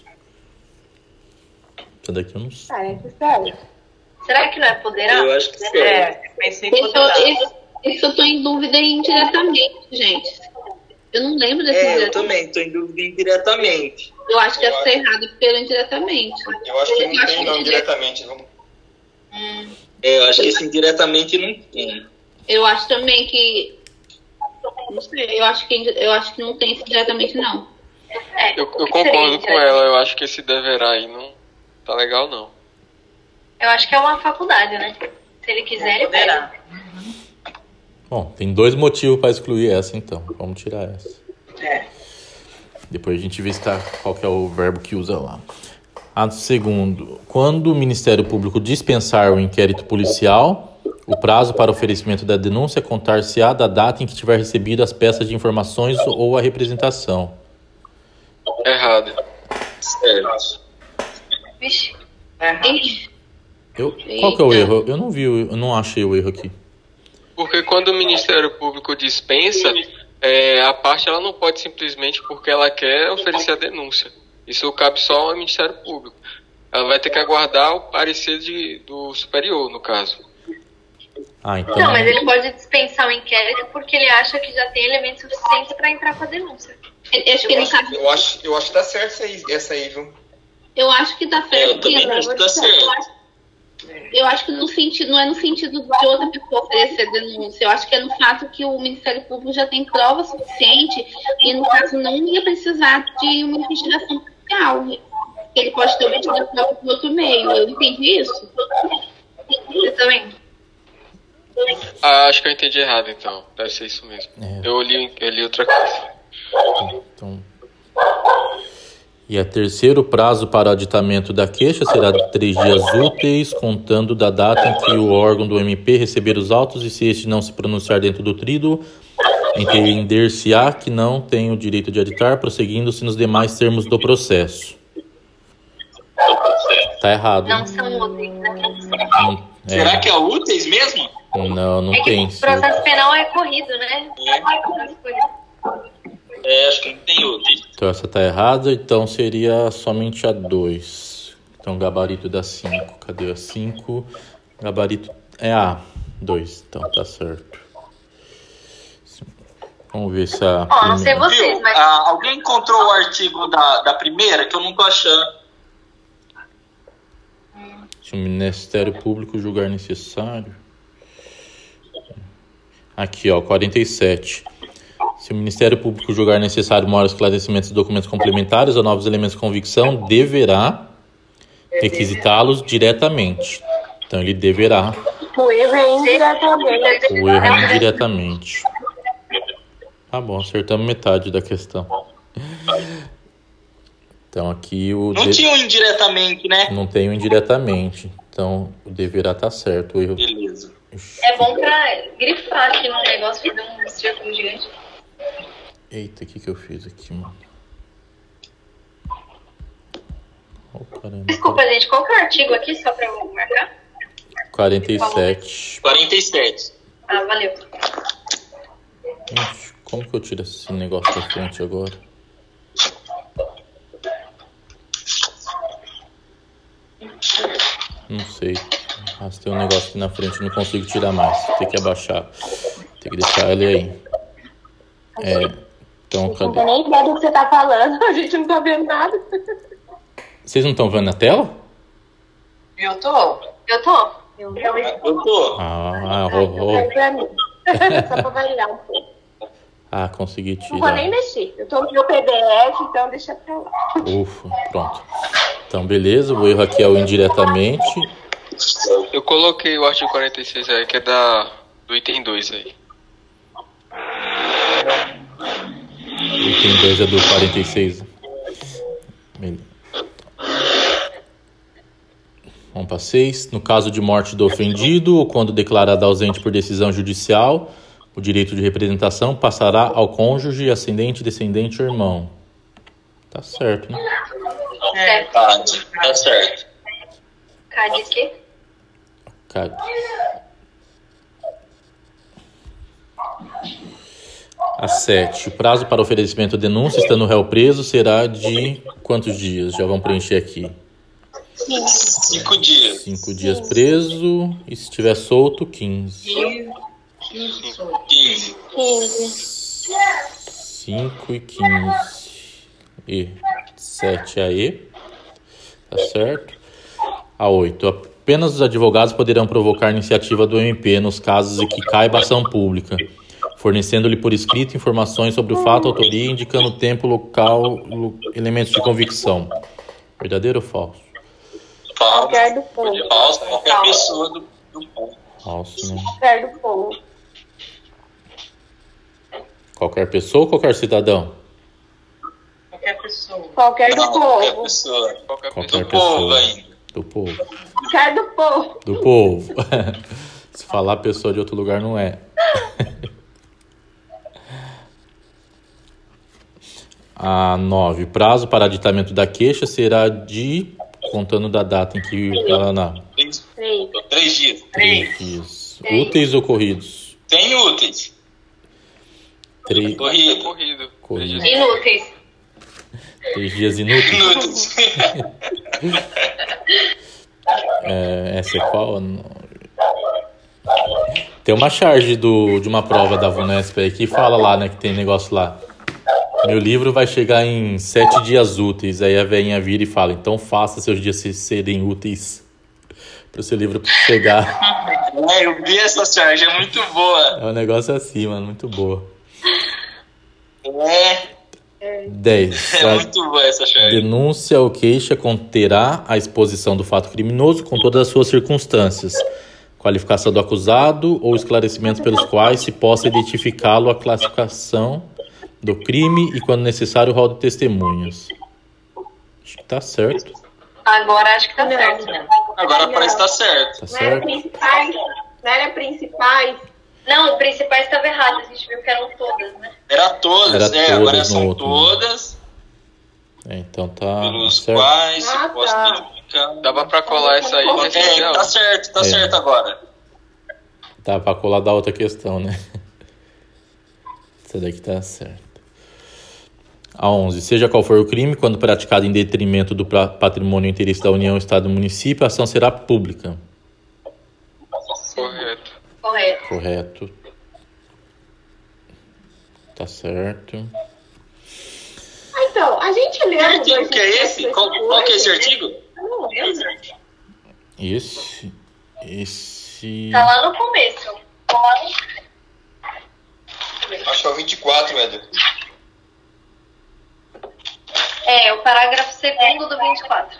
Isso daqui eu não sei. Parece sério. Será que não é poderá? Eu acho que sim. É, pensei que Isso, fosse isso, isso eu tô em dúvida indiretamente, gente. Eu não lembro desse É, eu indiretamente. também estou em dúvida indiretamente. Eu acho que Eu deve ser errado pelo indiretamente. Eu acho que Eu não acho tem não que- diretamente. Vamos... É, eu acho que esse indiretamente não tem. Eu acho também que. Não sei, eu acho que, eu acho que não tem isso diretamente, não. É, Eu, eu concordo com ela, eu acho que esse deverá aí não tá legal, não. Eu acho que é uma faculdade, né? Se ele quiser, ele Poderá. Bom, tem dois motivos para excluir essa, então. Vamos tirar essa. É. Depois a gente vê se tá, qual que é o verbo que usa lá. A segundo, quando o Ministério Público dispensar o inquérito policial, o prazo para oferecimento da denúncia contar-se-á da data em que tiver recebido as peças de informações ou a representação. Errado. Certo. Vixe. É. Ixi, Eu, qual que é o erro? Eu não vi, eu não achei o erro aqui. Porque quando o Ministério Público dispensa, é, a parte ela não pode simplesmente porque ela quer oferecer a denúncia. Isso cabe só ao Ministério Público. Ela vai ter que aguardar o parecer de, do superior, no caso. Ah, então... Não, mas ele pode dispensar o inquérito porque ele acha que já tem elementos suficientes para entrar com a denúncia. eu acho que Eu no acho, caso, eu, acho, eu acho que tá certo essa aí, essa aí, viu? eu acho que tá certo. É, eu também porque, acho que tá eu certo. acho- Eu acho que no sentido, não é no sentido de outra pessoa oferecer denúncia. Eu acho que é no fato que o Ministério Público já tem prova suficiente e, no caso, não ia precisar de uma investigação policial. Ele pode ter obtido a prova por outro meio. Eu entendi isso. Você também? Ah, acho que eu entendi errado, então. Deve ser isso mesmo. É. Eu li, eu li outra coisa. Então, e a terceiro prazo para o aditamento da queixa será de três dias úteis, contando da data em que o órgão do M P receber os autos e se este não se pronunciar dentro do tríduo, entender-se-á que não tem o direito de aditar, prosseguindo-se nos demais termos do processo. Tá errado. Não são úteis, né? Não, é, Será que é úteis mesmo? não, não É que tem. o processo penal é corrido, né? É, acho que não tem úteis. Então essa tá errada, então seria somente a dois. Então gabarito da cinco. Cadê a cinco? Gabarito é a dois, então tá certo. Vamos ver se a. Ó, não sei primeira- vocês, Viu? mas Ah, alguém encontrou o artigo da, da primeira que eu não tô achando? Se o Ministério Público julgar necessário. Aqui, ó, quarenta e sete. Se o Ministério Público julgar necessário maior esclarecimento de documentos complementares ou novos elementos de convicção, deverá requisitá-los diretamente. Então, ele deverá. O erro é indiretamente. O erro é indiretamente. Tá bom, acertamos metade da questão. Então, aqui o... Não de- tinha um indiretamente, né? Não tem o indiretamente. Então, o deverá tá certo. O erro... Beleza. é bom pra grifar aqui no negócio e dar um círculo gigante. Eita, o que que eu fiz aqui, mano? Oh, caramba. Desculpa, gente, qual que é o artigo aqui, só pra eu marcar? quarenta e sete. quarenta e sete. Ah, valeu. Gente, como que eu tiro esse negócio da frente agora? Não sei. Arrastei um negócio aqui na frente, não consigo tirar mais. Tem que abaixar. Tem que deixar ele aí. É. Então, Não tem cadê? nem ideia do que você tá falando, a gente não tá vendo nada. Vocês não estão vendo na tela? Eu tô. Eu tô. Eu Eu tô. Ah, Ah, oh, então oh. vai pra mim. Só pra variar um pouco. Ah, consegui Não vou nem tirar. mexer. Eu tô no meu P D F, então deixa pra lá. Ufa, pronto. Então, beleza. O erro aqui é o indiretamente. Eu coloquei o artigo quarenta e seis aí, que é da, do item dois aí. O item dois é do quarenta e seis. Beleza. Vamos para seis. No caso de morte do ofendido ou quando declarado ausente por decisão judicial, o direito de representação passará ao cônjuge, ascendente, descendente ou irmão. Tá certo, né? É. Tá, tá certo. Cadê aqui? Cara. A sete. O prazo para oferecimento de denúncia, estando o réu preso, será de quantos dias? Já vão preencher aqui. Cinco dias. Cinco dias preso. E se estiver solto, quinze. quinze. quinze. Cinco e quinze. E sete aí. Tá certo. A oito. Apenas os advogados poderão provocar iniciativa do M P nos casos em que caiba ação pública, fornecendo-lhe por escrito informações sobre o fato, autoria, indicando o tempo, local, lo- elementos de convicção. Verdadeiro ou falso? Falso. Qualquer do povo. Falso. Qualquer pessoa do, do povo. Falso, né? Qualquer do povo. Qualquer pessoa ou qualquer cidadão? Qualquer pessoa. Qualquer do Não, qualquer povo. pessoa. Qualquer Qualquer pessoa. Do povo pessoa. ainda. Do povo. Qualquer do povo. Do povo. Se falar pessoa de outro lugar, não é. A nove. Prazo para aditamento da queixa será de... Contando da data em que... Paraná. Três, Três. três dias. Três dias. Úteis ou corridos? Sem úteis. Três, Corrido. Corrido. Corrido. Inúteis. três dias inúteis. Inúteis. É, essa é qual? Tem uma charge do, de uma prova da Vunesp aí que fala lá, né? Que tem negócio lá. Meu livro vai chegar em sete dias úteis. Aí a velhinha vira e fala: então faça seus dias serem úteis para o seu livro chegar. É, eu vi essa charge, é muito boa. É um negócio assim, mano. Muito boa. É, dez. é muito boa essa charge. Denúncia ou queixa conterá a exposição do fato criminoso com todas as suas circunstâncias, qualificação do acusado ou esclarecimentos pelos quais se possa identificá-lo, a classificação do crime e, quando necessário, o rol de testemunhas. Acho que tá certo. Agora acho que tá Não. certo, né? Agora parece que tá certo. Tá Não era certo? principais. Não era principais. Não, o principal estava errado. A gente viu que eram todas, né? Era todas, Era é, todas agora no são outro. todas, É, então tá pelos certo. quais se Ah, possa tá. identificar. Dava pra colar isso aí nesse É, dia. tá certo, tá É. certo agora. Tá pra colar da outra questão, né? Essa daqui tá certa. A onze. Seja qual for o crime, quando praticado em detrimento do pra- patrimônio e interesse da União, Estado e Município, a ação será pública. Correto. Correto. Correto. Tá certo. Ah, então, a gente Que leu. artigo que é esse? Qual, qual que é esse artigo? Eu não lembro. Esse... Esse... Tá lá no começo. Tá lá no... Acho que é o vinte e quatro, Éder. É, o parágrafo segundo do vinte e quatro.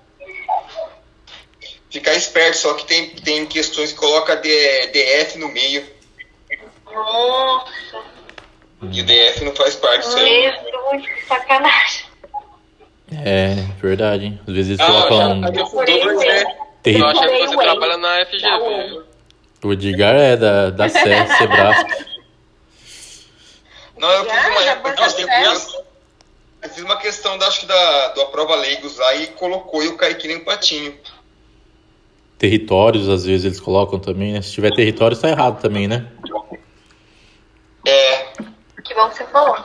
Ficar esperto, só que tem, tem questões que coloca D- DF no meio. Nossa, E o D F não faz parte disso aí. mesmo, que sacanagem. É, verdade, hein? Às vezes eles Ah, colocam... já, já fundou, né? Terri- Eu achei que você Decorei o E. trabalha na F G Da V. U. viu? O Edgar é da, da C E S, Sebrasp. Não, eu fiz uma, Ah, eu mas fiz, tá eu, eu fiz uma questão, da, acho que da, do Aprova Leigos lá e colocou e eu caí que nem um patinho. Territórios, às vezes eles colocam também, né? Se tiver territórios, tá errado também, né? É, Que bom que você falou.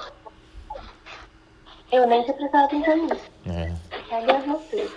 Eu nem tinha prestado atenção nisso. É. Pega você.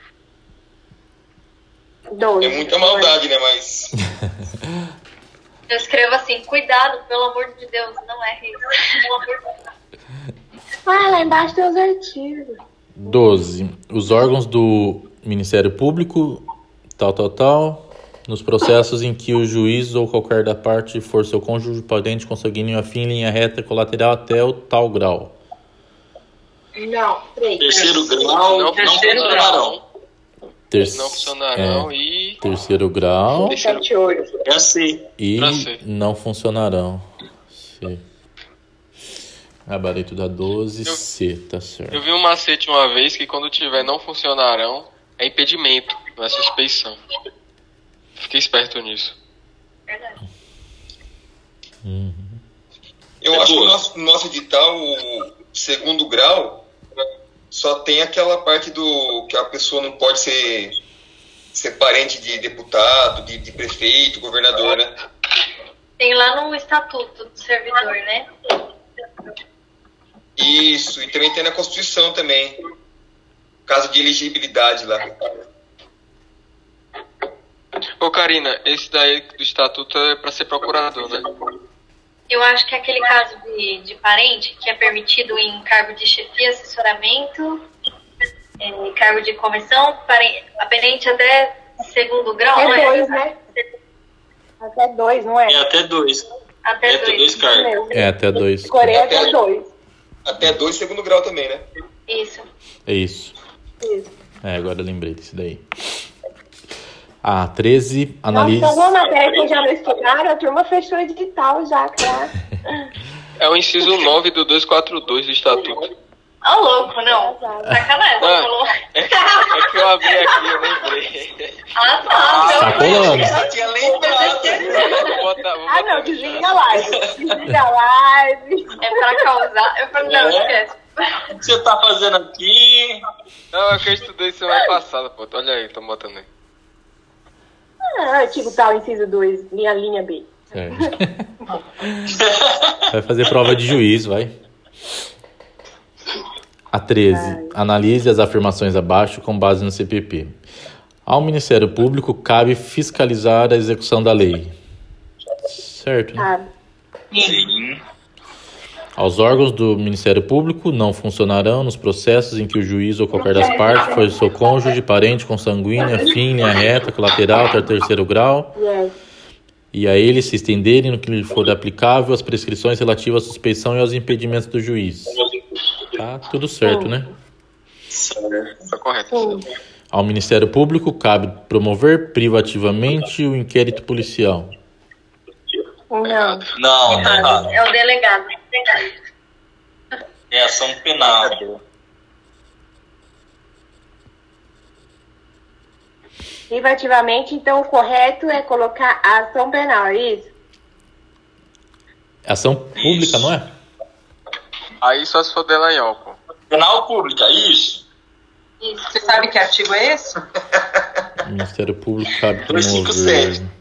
Doze. é muita maldade, né? Mas Eu escrevo assim, cuidado, pelo amor de Deus, não é isso. Pelo amor de Deus. Ah, lá embaixo tem os artigos. doze. Os órgãos do Ministério Público, tal, tal, tal, nos processos em que o juiz ou qualquer da parte for seu cônjuge, parente, consanguíneo, afim, linha reta, colateral até o tal grau. Não, três. Terceiro grau, Não não funcionarão. funcionarão. Ter- Não funcionarão é, e. terceiro grau Sete olhos. É assim. e Pra ser. não funcionarão. C. Gabarito da doze, Eu- C, tá certo. Eu vi um macete uma vez que quando tiver não funcionarão, é impedimento, não é suspeição. Fiquei esperto nisso. Verdade. Uhum. eu É acho que boa. o nosso, no nosso edital, o segundo grau, só tem aquela parte do que a pessoa não pode ser, ser parente de deputado, de, de prefeito, governador, né? Tem lá no estatuto do servidor, né? Isso, e também tem na Constituição também. Caso de elegibilidade lá. Ô Karina, esse daí do estatuto é pra ser procurador, né? Eu acho que é aquele caso de, de parente que é permitido em cargo de chefia, assessoramento, em cargo de comissão, pare- aparente até segundo grau, não É é? dois, né? Até dois, não é? É até dois. Até É até dois. dois cargos. É, até dois. Coreia até dois. Até dois segundo grau também, né? Isso. É isso. Isso. É, agora eu lembrei desse daí. A treze, analise. Nossa, uma matéria que já não estudaram, a turma fechou o edital já, cara. É o inciso nove do duzentos e quarenta e dois do Estatuto. Ó, louco, não. Sacanagem. Ah. Falou. É que eu abri aqui, eu lembrei. Ah, tá. Tá colando. Já tinha lembrado. Vou botar, vou Ah, botar não, aqui desliga pra a live. Desliga a live. É pra causar. É pra não, É. esquece. O que você tá fazendo aqui? Não, é que eu estudei semana passada, pô. Olha aí, tô botando aí. Ah, artigo tal, inciso dois, linha, linha B. É. Vai fazer prova de juiz, vai. A treze. Analise as afirmações abaixo com base no C P P. Ao Ministério Público cabe fiscalizar a execução da lei. Certo, né? Sabe? Sim. Aos órgãos do Ministério Público não funcionarão nos processos em que o juiz ou qualquer das partes for seu cônjuge, parente, consanguíneo, afim, linha reta, colateral, até terceiro grau, Yes. e a ele se estenderem no que lhe for aplicável as prescrições relativas à suspeição e aos impedimentos do juiz. Tá tudo certo, né? Tá correto. Ao Ministério Público cabe promover privativamente o inquérito policial. Não. Não, tá errado. É o delegado. É ação penal. Privativamente, então o correto é colocar a ação penal, é isso? Ação pública, Isso. não é? Aí só se for Delanhol, pô. Penal pública, isso. Você sabe que artigo é esse? O Ministério Público cabe duzentos e promover... cinquenta e sete.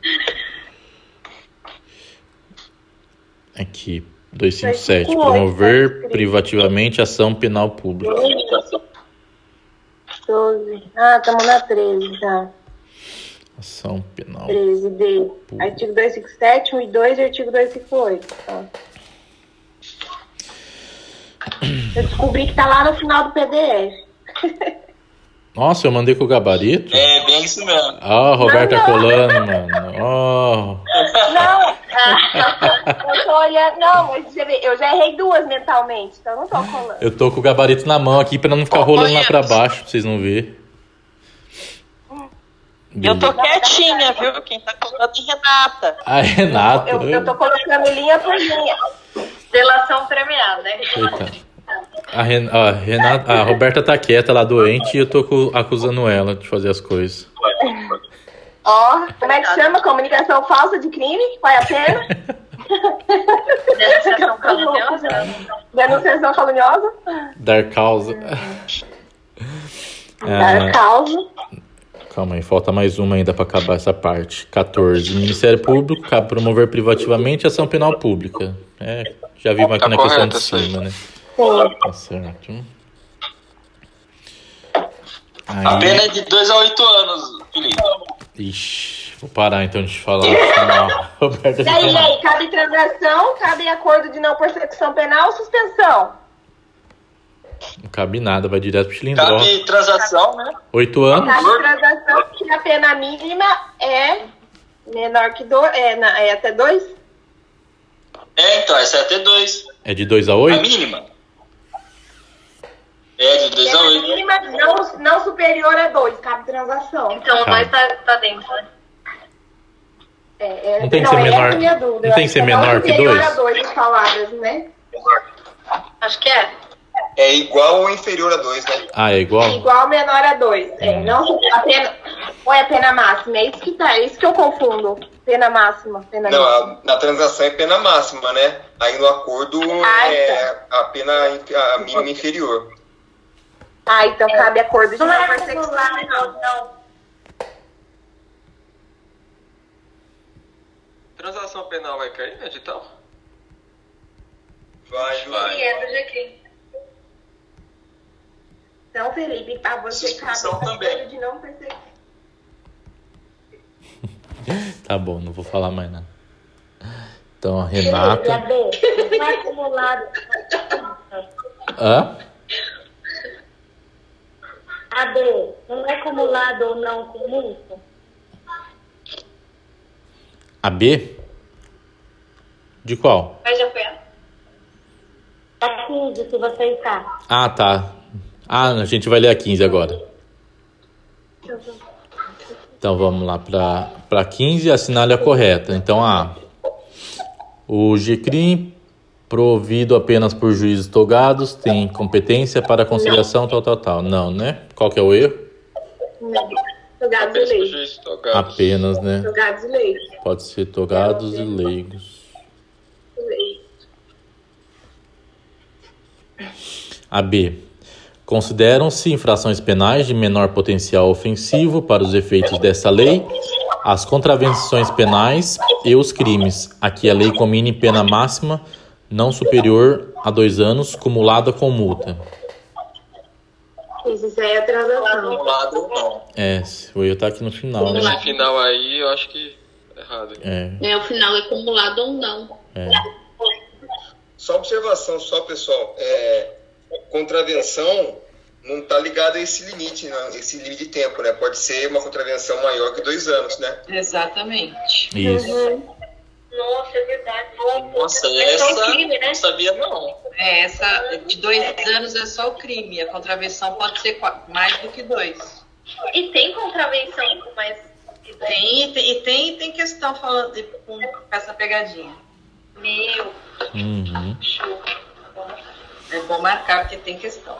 Aqui, duzentos e cinquenta e sete. duzentos e cinquenta e oito, Promover tá escrito. privativamente ação penal pública. doze. Ah, estamos na treze, tá. Ação penal. treze, D. Artigo duzentos e cinquenta e sete, um e dois e artigo duzentos e cinquenta e oito. Tá. Eu descobri que tá lá no final do P D F. Nossa, eu mandei com o gabarito? É, bem isso mesmo. Ó, Roberta Não, não. colando, mano. Ó. Não, eu tô olhando. Não, mas você vê, eu já errei duas mentalmente, então eu não tô colando. Eu tô com o gabarito na mão aqui pra não ficar rolando lá pra baixo, pra vocês não verem. Eu tô Beleza. quietinha, viu? Quem tá colando é Renata. A Renata. Eu, eu tô colocando linha por linha. Delação premiada, né? Eita. A, Ren... a, Renata... a Roberta tá quieta, lá doente, e eu tô cu- acusando ela de fazer as coisas. Ó, como é que chama? Comunicação falsa de crime? Qual é a pena? Denunciação caluniosa. Denunciação caluniosa? Dar causa. Dar Ah, causa. calma aí, falta mais uma ainda pra acabar essa parte. quatorze. Ministério Público cabe promover privativamente ação penal pública. É, já vimos aqui Tá na questão correto de isso aí. cima, né? Sim. Tá certo. A Aí, pena é de dois a oito anos, Felipe. ixi, vou parar então de falar. Senão, Roberta E já aí, tá- aí, cabe transação, cabe acordo de não persecução penal ou suspensão? Não cabe nada, vai direto pro cilindró. Cabe transação, né? Oito anos. Cabe transação que a pena mínima é menor que dois, é, na- é até dois? É, então, essa é até dois. É de dois a A oito? mínima. É, de dois a Pena oito. mínima não, não superior a dois, cabe transação. Então, Tá. nós tá, tá dentro, né? É, é, Não tem que ser essa menor- é a minha dúvida. não Eu tem acho que ser é não menor que superior dois? a dois as palavras, né? Acho que é. É igual ou inferior a dois, né? Ah, é igual? Igual menor a dois. É, não su- a pena. Ou é a pena máxima? É isso que tá, é isso que eu confundo. Pena máxima, pena Não, mínima. a- na transação é pena máxima, né? Aí no acordo Ah, é a pena inf- a mínima inferior. Ah, então cabe acordo de Não não é persecução. acumulado, não, não. Transação penal vai cair no edital? Vai, E vai. é do G Q. Então, Felipe, pra você cabe Suspensão também. acordo de não persecução. Tá bom, não vou falar mais nada. Então, a Renata. A B, não é acumulado. Hã? A B, não é acumulado ou não com multa? A B? De qual? Mas já foi a... A quinze, se você está. Ah, tá. Ah, a gente vai ler a quinze agora. Então vamos lá para quinze, assinale a correta. Então, A. O G C R I M, provido apenas por juízes togados, tem competência para conciliação, tal, tal, tal. Não, né? Qual que é o erro? Togados e Apenas por leigos. juízes togados. Apenas, né? Togados e leigos. Pode ser togados e leigos. A B. Consideram-se infrações penais de menor potencial ofensivo para os efeitos desta lei as contravenções penais e os crimes, a que a lei comine pena máxima não superior a dois anos, cumulada com multa. Isso aí é transação. Acumulado ou não. É, o erro tá aqui no final, né? Esse final aí, eu acho que é errado. É, É, o final é acumulado ou não. é. Só observação, só pessoal, é, contravenção não está ligado a esse limite, não, esse limite de tempo, né? Pode ser uma contravenção maior que dois anos, né? Exatamente. Isso. Nossa, é verdade. Nossa, É só essa um crime, né? não sabia não. É, essa de dois anos é só o crime. A contravenção pode ser qua- mais do que dois. E tem contravenção com mais... Tem, e tem, e tem, tem questão falando de, com essa pegadinha. Meu, Uhum. show. É bom marcar porque tem questão.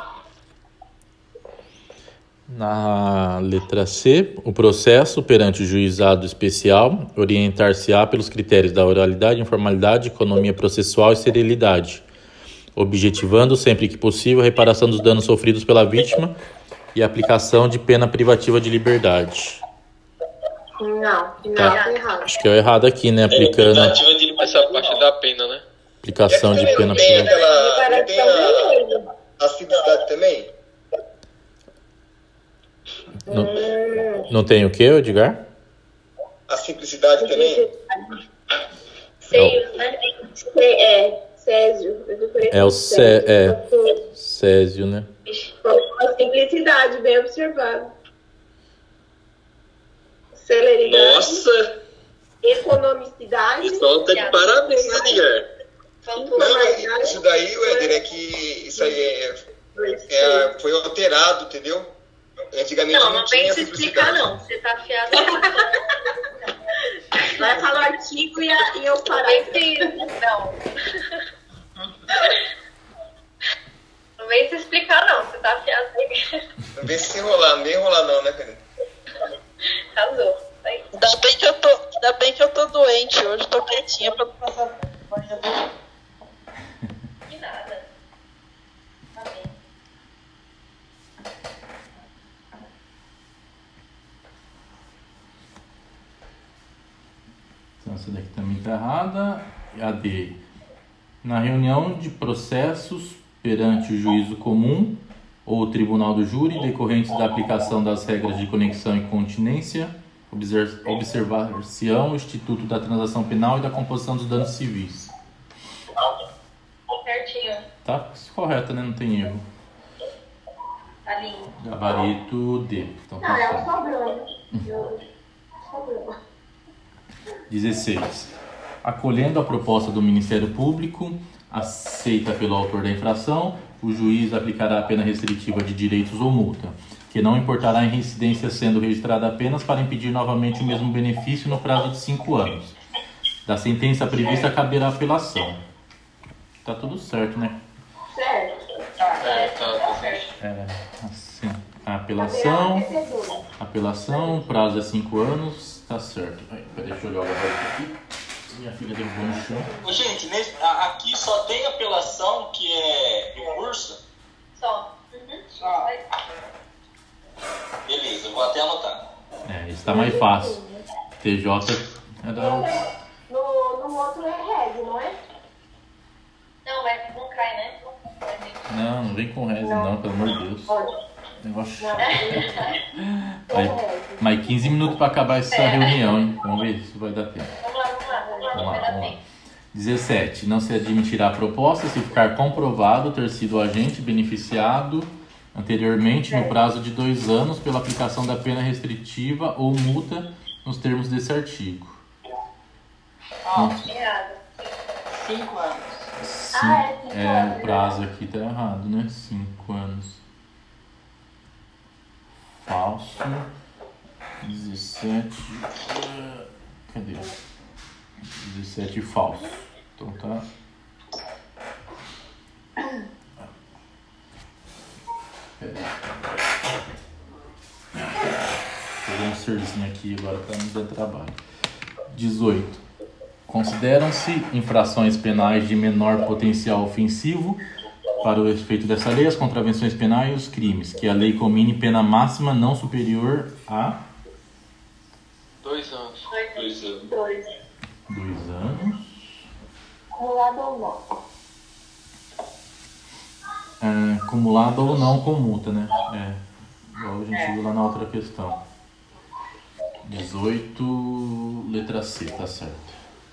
Na letra C, o processo perante o juizado especial orientar-se-á pelos critérios da oralidade, informalidade, economia processual e serenidade, objetivando sempre que possível a reparação dos danos sofridos pela vítima e a aplicação de pena privativa de liberdade. Não, não, Tá. tá errado. Acho que é o errado aqui, né? Aplicando Tentativa de Essa parte da pena, né? aplicação de Também pena não tem privativa. aquela, não tem a, a simplicidade também? Não, não tem o que, Edgar? A simplicidade também? Seios, né? É, Césio. Eu decorei É o com Cé- é. Césio. Césio, né? A simplicidade, bem observado. Celeridade. Nossa, Economicidade. pessoal tá de parabéns, né, Edgar? Faltou Não, mais. é- isso daí, Éder, é que isso aí é, é- foi alterado, entendeu? Antigamente Não, não, não tinha vem se explicar, simplicidade. não. Você tá afiado. Vai falar o artigo e, a, e eu Não parar. vem se... Não. Não vem se explicar, não. Você tá afiado. Não vem se enrolar, não vem enrolar não, né, Karine? Arrasou. Tá aí. Ainda bem que eu tô, ainda bem que eu tô doente hoje, tô quietinha pra não passar vergonha. De nada. Amém. Então, essa daqui também está errada. E a D. Na reunião de processos perante o juízo comum ou o tribunal do júri, decorrentes da aplicação das regras de conexão e continência, obser- observar-se-ão o Instituto da Transação Penal e da composição dos danos civis. Certinho. Tá correta, né? Não tem erro. Tá lindo. Gabarito D. Então, Não, é o tá certo. sobrando. Eu- sobrou. dezesseis. Acolhendo a proposta do Ministério Público, aceita pelo autor da infração, o juiz aplicará a pena restritiva de direitos ou multa, que não importará em reincidência sendo registrada apenas para impedir novamente o mesmo benefício no prazo de cinco anos. Da sentença prevista caberá apelação. Tá tudo certo, né? Certo. É, tá, tá certo. É, assim, a apelação, Haverá vencedor. apelação, prazo é cinco anos, tá certo. Ai, peraí, deixa eu olhar o gabarito aqui. Minha filha derrubou no chão. Ô, gente, nesse- a- aqui só tem apelação que é recurso? Só. Uhum. Só. Vai. Beleza, eu vou até anotar. É, esse tá mais fácil. T J era o... No, no outro é reg, não é? Não, vai, não cai, né? Não, não vem com reze não, pelo amor de Deus. Pode. Negócio Não, chato. é Vai, reg. mais quinze minutos para acabar essa reunião, hein? Vamos ver se vai dar tempo. Vamos lá, vamos lá, vamos lá. Vamos lá, Vai dar vamos lá. tempo. dezessete. Não se admitirá a proposta se ficar comprovado ter sido o agente beneficiado anteriormente no prazo de dois anos pela aplicação da pena restritiva ou multa nos termos desse artigo. Não- Errado. Cinco anos. Sim, Ah, é cinco é, anos, o prazo aqui tá errado, né? Cinco anos. Falso. dezessete. Cadê? dezessete falso. Então tá. Peraí. Vou um serzinho aqui agora para nos dar trabalho. dezoito. Consideram-se infrações penais de menor potencial ofensivo para o efeito dessa lei as contravenções penais e os crimes, que a lei comine pena máxima não superior a Dois anos. Dois anos. Dois. dois anos. Acumulado ou não? É, acumulado ou não com multa, né? É, igual a gente viu lá na outra questão. dezoito, letra C, tá certo.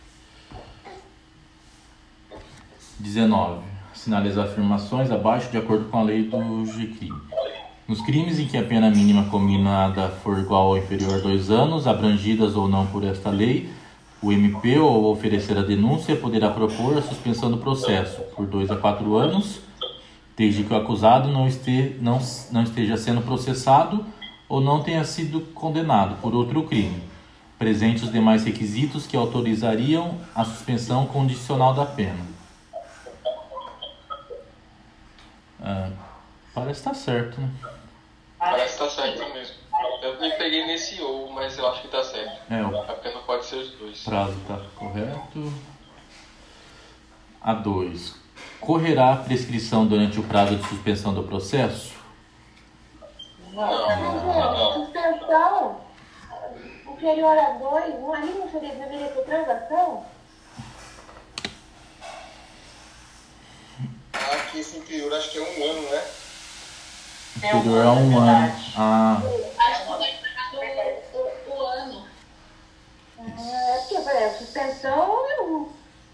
dezenove. Assinale as afirmações abaixo de acordo com a lei do G C R I M. Nos crimes em que a pena mínima combinada for igual ou inferior a dois anos, abrangidas ou não por esta lei, o M P ou oferecer a denúncia poderá propor a suspensão do processo por dois a quatro anos, desde que o acusado não, este, não, não esteja sendo processado ou não tenha sido condenado por outro crime, presente os demais requisitos que autorizariam a suspensão condicional da pena. Ah, parece estar certo, né? Parece que tá certo mesmo. Eu me peguei nesse ou, mas eu acho que tá certo. É, o A pena pode ser os dois. prazo está correto. A dois. Correrá a prescrição durante o prazo de suspensão do processo? Não. Mas, gente, suspensão inferior a dois, não ali não seria, deveria ser transação? Aqui esse inferior acho que é um ano, né? Inferior a um ano. Ah, Acho que vai ficar do, do ano. Ah, é porque, por exemplo, suspensão é um.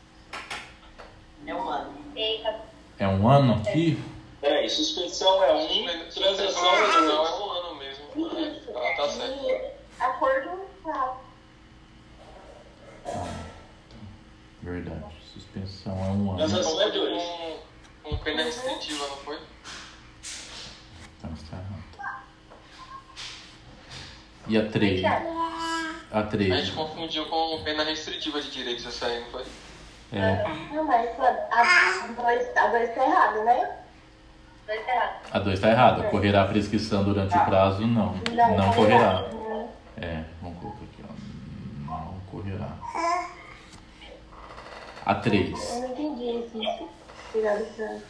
É um ano. Eita. é um ano aqui? Peraí, suspensão é um, transação é Não, dois. é um ano mesmo. Isso. Ela tá certo. E acordo tá. Verdade. Suspensão é um ano. Transação é dois. Com, com pena restritiva, não foi? Então está errado. E a três? A A três. gente confundiu com pena restritiva de direitos essa aí, não foi? É, Não, mas a dois, a dois tá errado, né? Dois errado. a dois está errada. Correrá a prescrição durante o prazo? Não. Não correrá. É, vamos colocar aqui, ó. Não correrá. A três. Eu não entendi esse. Tirado pra.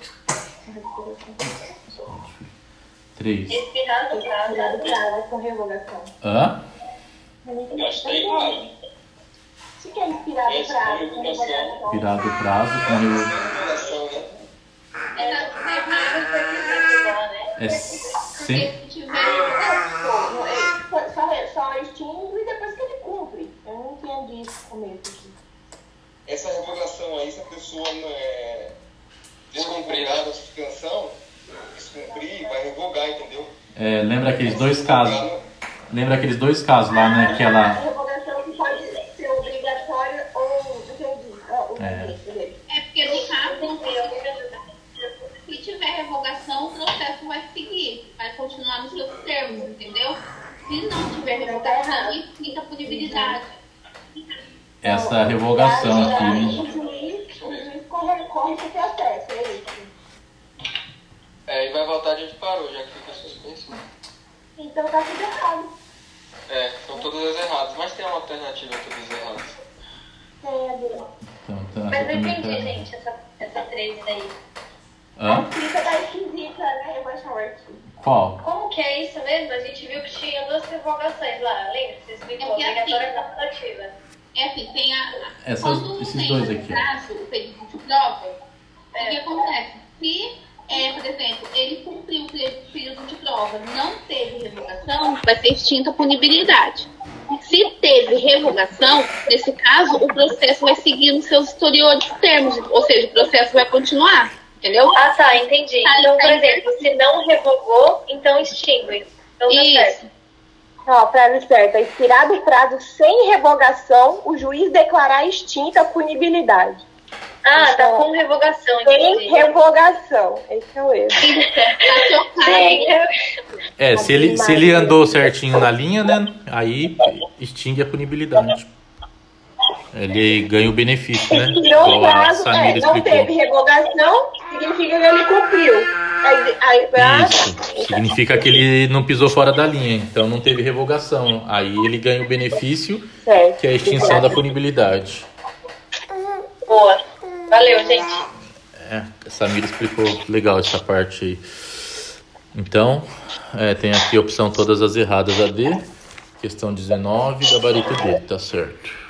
três. Expirado o prazo. Tirado pra com revogação. Hã? Eu não entendi. Eu acho que tá errado. Se quer inspirado Esse prazo foi com revogação. revogação. Virado o prazo com revogação. Revogação, né? É, tá errado porque igual, né? É sem. Porque se tiver. Não, é, Só, só, só extingue e depois que ele cumpre. Eu não entendi isso no começo aqui. Essa revogação aí, se a pessoa não é Descumprir, revogada né? a suspensão, descumprir, vai revogar, entendeu? É, lembra aqueles dois Revogar casos? no- Lembra aqueles dois casos lá, né? Que A ela. revogação que pode ser obrigatória ou entendi. Ó, o É. beleza. É porque no caso, se tiver revogação, o processo vai seguir, vai continuar nos seus termos, entendeu? Se não tiver revogação, aí fica a punibilidade. Essa revogação E aí, aqui. O juiz, o juiz corre, corre pro processo, é isso. É, e vai voltar de onde parou, já que fica suspenso. Então tá tudo errado. É, são todas as erradas, mas tem uma alternativa a todas as erradas. É, Adê. Então, tá, Mas eu também entendi, tá- gente, essa, essa três daí. A Hã? escrita tá esquisita, né? Eu vou achar o artigo. Qual? Como que é isso mesmo? A gente viu que tinha duas revogações lá, lembra? Você explicou, É que assim- obrigatória e facultativa. É assim, tem a. Essas- quando esses tem dois o aqui, ó. prazo, o pedido de prova, o que É. acontece? Se, é, por exemplo, ele cumpriu o período de prova, não teve revogação, vai ser extinta a punibilidade. Se teve revogação, nesse caso, o processo vai seguir nos seus historiadores termos, ou seja, o processo vai continuar, entendeu? Ah, tá, entendi. Tá, Então, por tá exemplo, se não revogou, então extingue. Então tá Isso. certo. Ó, prazo certo. Expirado o prazo sem revogação, o juiz declarar extinta a punibilidade. Ah, tá com revogação. Tem entendi. revogação. Esse é o erro. Sim, eu- É, se ele, se ele andou certinho na linha, né? Aí extingue a punibilidade. Ele ganha o benefício, né? No Igual a caso, é, Samira não teve explicou. revogação, significa que ele cumpriu. Aí, aí, ah, Isso. Significa que ele não pisou fora da linha, então não teve revogação. Aí ele ganha o benefício, certo. que é a extinção da punibilidade. Boa. Valeu, gente. É, a Samira explicou legal essa parte aí. Então, é, tem aqui a opção todas as erradas a D. Questão dezenove, gabarito D, tá certo.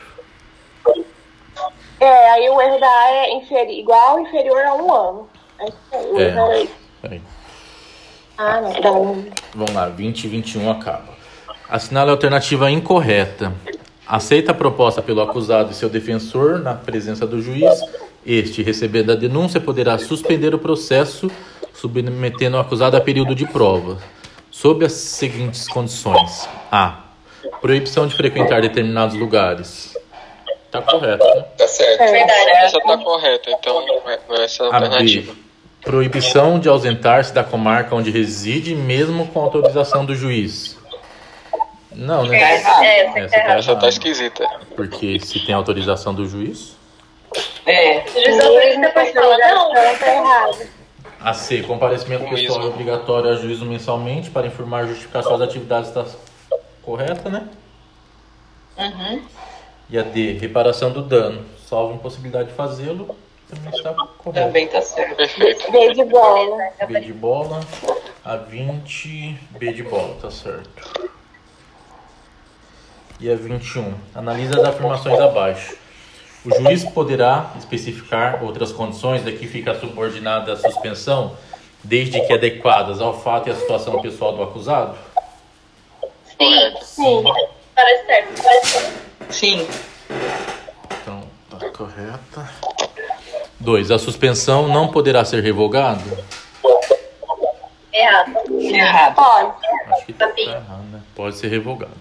É, aí o erro da A é inferi- igual ou inferior a um ano. É isso aí, o É. erro era isso. Aí. Ah, não, dá um. Vamos lá, vinte e vinte e um acaba. Assinale a alternativa incorreta. Aceita a proposta pelo acusado e seu defensor na presença do juiz. Este, recebendo a denúncia, poderá suspender o processo, submetendo o acusado a período de prova, sob as seguintes condições. A. Proibição de frequentar determinados lugares. Tá correto, né? Tá certo. Verdade. Essa tá correta, então é essa é a A B. alternativa. Proibição de ausentar-se da comarca onde reside, mesmo com autorização do juiz. Não, né? É, essa Essa é tá errada. Essa tá errada. esquisita. Porque se tem autorização do juiz. É. O juiz autoriza e depois fala, não, tá errado. A C. Comparecimento pessoal é obrigatório a juízo mensalmente para informar e justificar suas atividades. Está correta, né? Uhum. E a D. Reparação do dano. Salvo impossibilidade de fazê-lo. Também está correto. Também tá certo. Perfeito. B de bola. B de bola. A vinte. B de bola. Tá certo. E a vinte e um. Analisa as afirmações abaixo. O juiz poderá especificar outras condições da que fica subordinada a suspensão, desde que adequadas ao fato e à situação pessoal do acusado? Sim, Sim. parece certo. Parece certo. Sim. Então, tá correta. dois. A suspensão não poderá ser revogada? Errado. Errado. Pode. Acho que tá, tá errado, né? Pode ser revogado.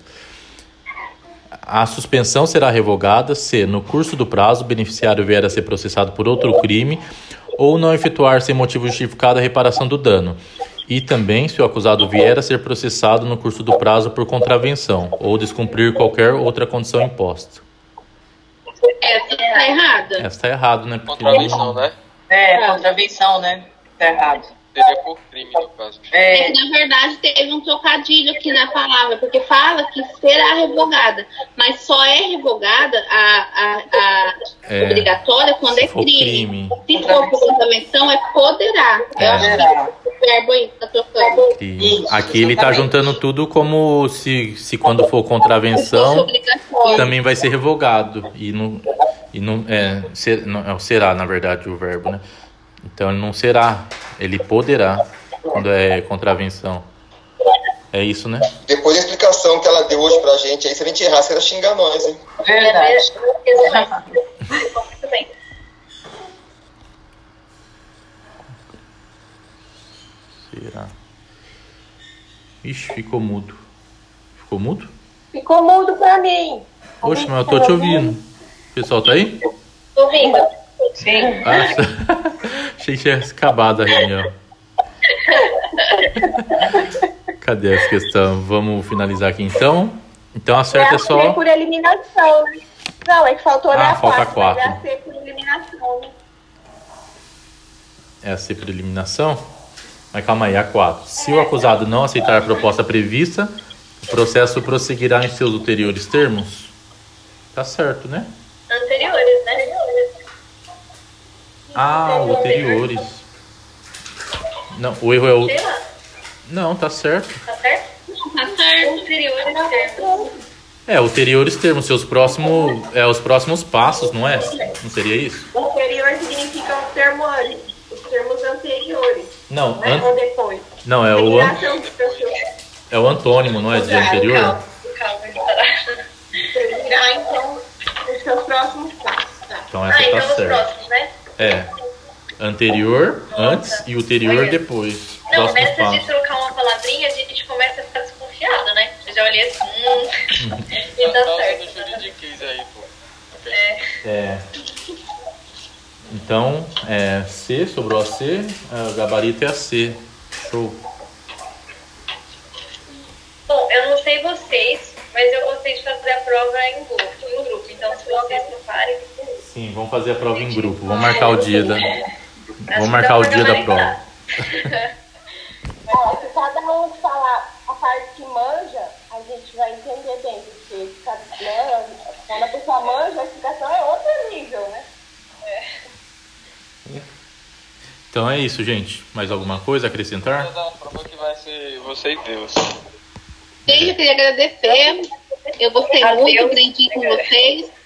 A suspensão será revogada se, no curso do prazo, o beneficiário vier a ser processado por outro crime ou não efetuar sem motivo justificado a reparação do dano. E também se o acusado vier a ser processado no curso do prazo por contravenção ou descumprir qualquer outra condição imposta. Essa tá errada. Essa está errado, né? Porque Contravenção, né? É, contravenção, né? Tá errado. Seria por crime, no caso. É É. que, na verdade, teve um trocadilho aqui na palavra, porque fala que será revogada, mas só é revogada a, a, a É, obrigatória quando se é for crime. crime. Se for por contravenção, é poderá. É. Eu acho que o verbo aí tá trocando. E Isso, aqui ele está exatamente. juntando tudo como se, se quando for Se fosse contravenção obrigatório. também vai ser revogado. E não, e não, é, ser, não é o será, na verdade, o verbo, né? Então ele não será, ele poderá quando é contravenção. É isso, né? Depois da explicação que ela deu hoje pra gente, aí se a gente errasse, ela xingar nós, hein? Verdade. Muito bem. Será? Ixi, ficou mudo. Ficou mudo? Ficou mudo pra mim. Oxe, mas eu tô te ouvindo. O pessoal tá aí? Tô ouvindo. Sim. Ah, achei que tinha acabado a reunião. Cadê essa questão? Vamos finalizar aqui então. Então a certa é a C só. por eliminação, né? Não, é que faltou Ah, na falta quatro, quatro. mas é a C por eliminação, né? É a C por eliminação? Mas calma aí, a quatro. Se o acusado não aceitar a proposta prevista, o processo prosseguirá em seus ulteriores termos? Tá certo, né? Anteriores, né? Ah, ulteriores. Não, o erro é o. Sei lá, Não, tá certo. tá certo? Tá certo. Anteriores termos. É, ulteriores termos, seus próximos. É os próximos passos, não é? Não seria isso? Anterior significa os termos antes, os termos anteriores, Não, né? an... Ou depois. não é o, an... Eliminação de pessoas. é o antônimo, não é de anterior? Calma, calma, calma. Terminar, então, os seus próximos passos. Tá? Então Ah, essa então tá os certa. próximos, né? É. Anterior, antes e ulterior depois. Não, Próximos nessa de passos. trocar uma palavrinha, a gente começa a ficar desconfiado, né? Eu já olhei assim, hum, e Tá tá usando certo. juridiquês aí, pô. Ok. É, É. Então, é, C, sobrou a C, o gabarito é a C. Show. Bom, eu não sei vocês, mas eu gostei de fazer a prova em grupo. Em grupo. Então, se vocês toparem... Sim, vamos fazer a prova em grupo. Vamos marcar o dia da, vamos marcar o dia da prova. Ó, se cada um falar a parte que manja, a gente vai entender bem, porque cada, né, quando a pessoa manja, a explicação é outro nível, né? É. Então é isso, gente. Mais alguma coisa a acrescentar? Vou dar uma prova que vai ser você e Deus. Gente, eu queria agradecer. Eu gostei muito, aprendi com vocês.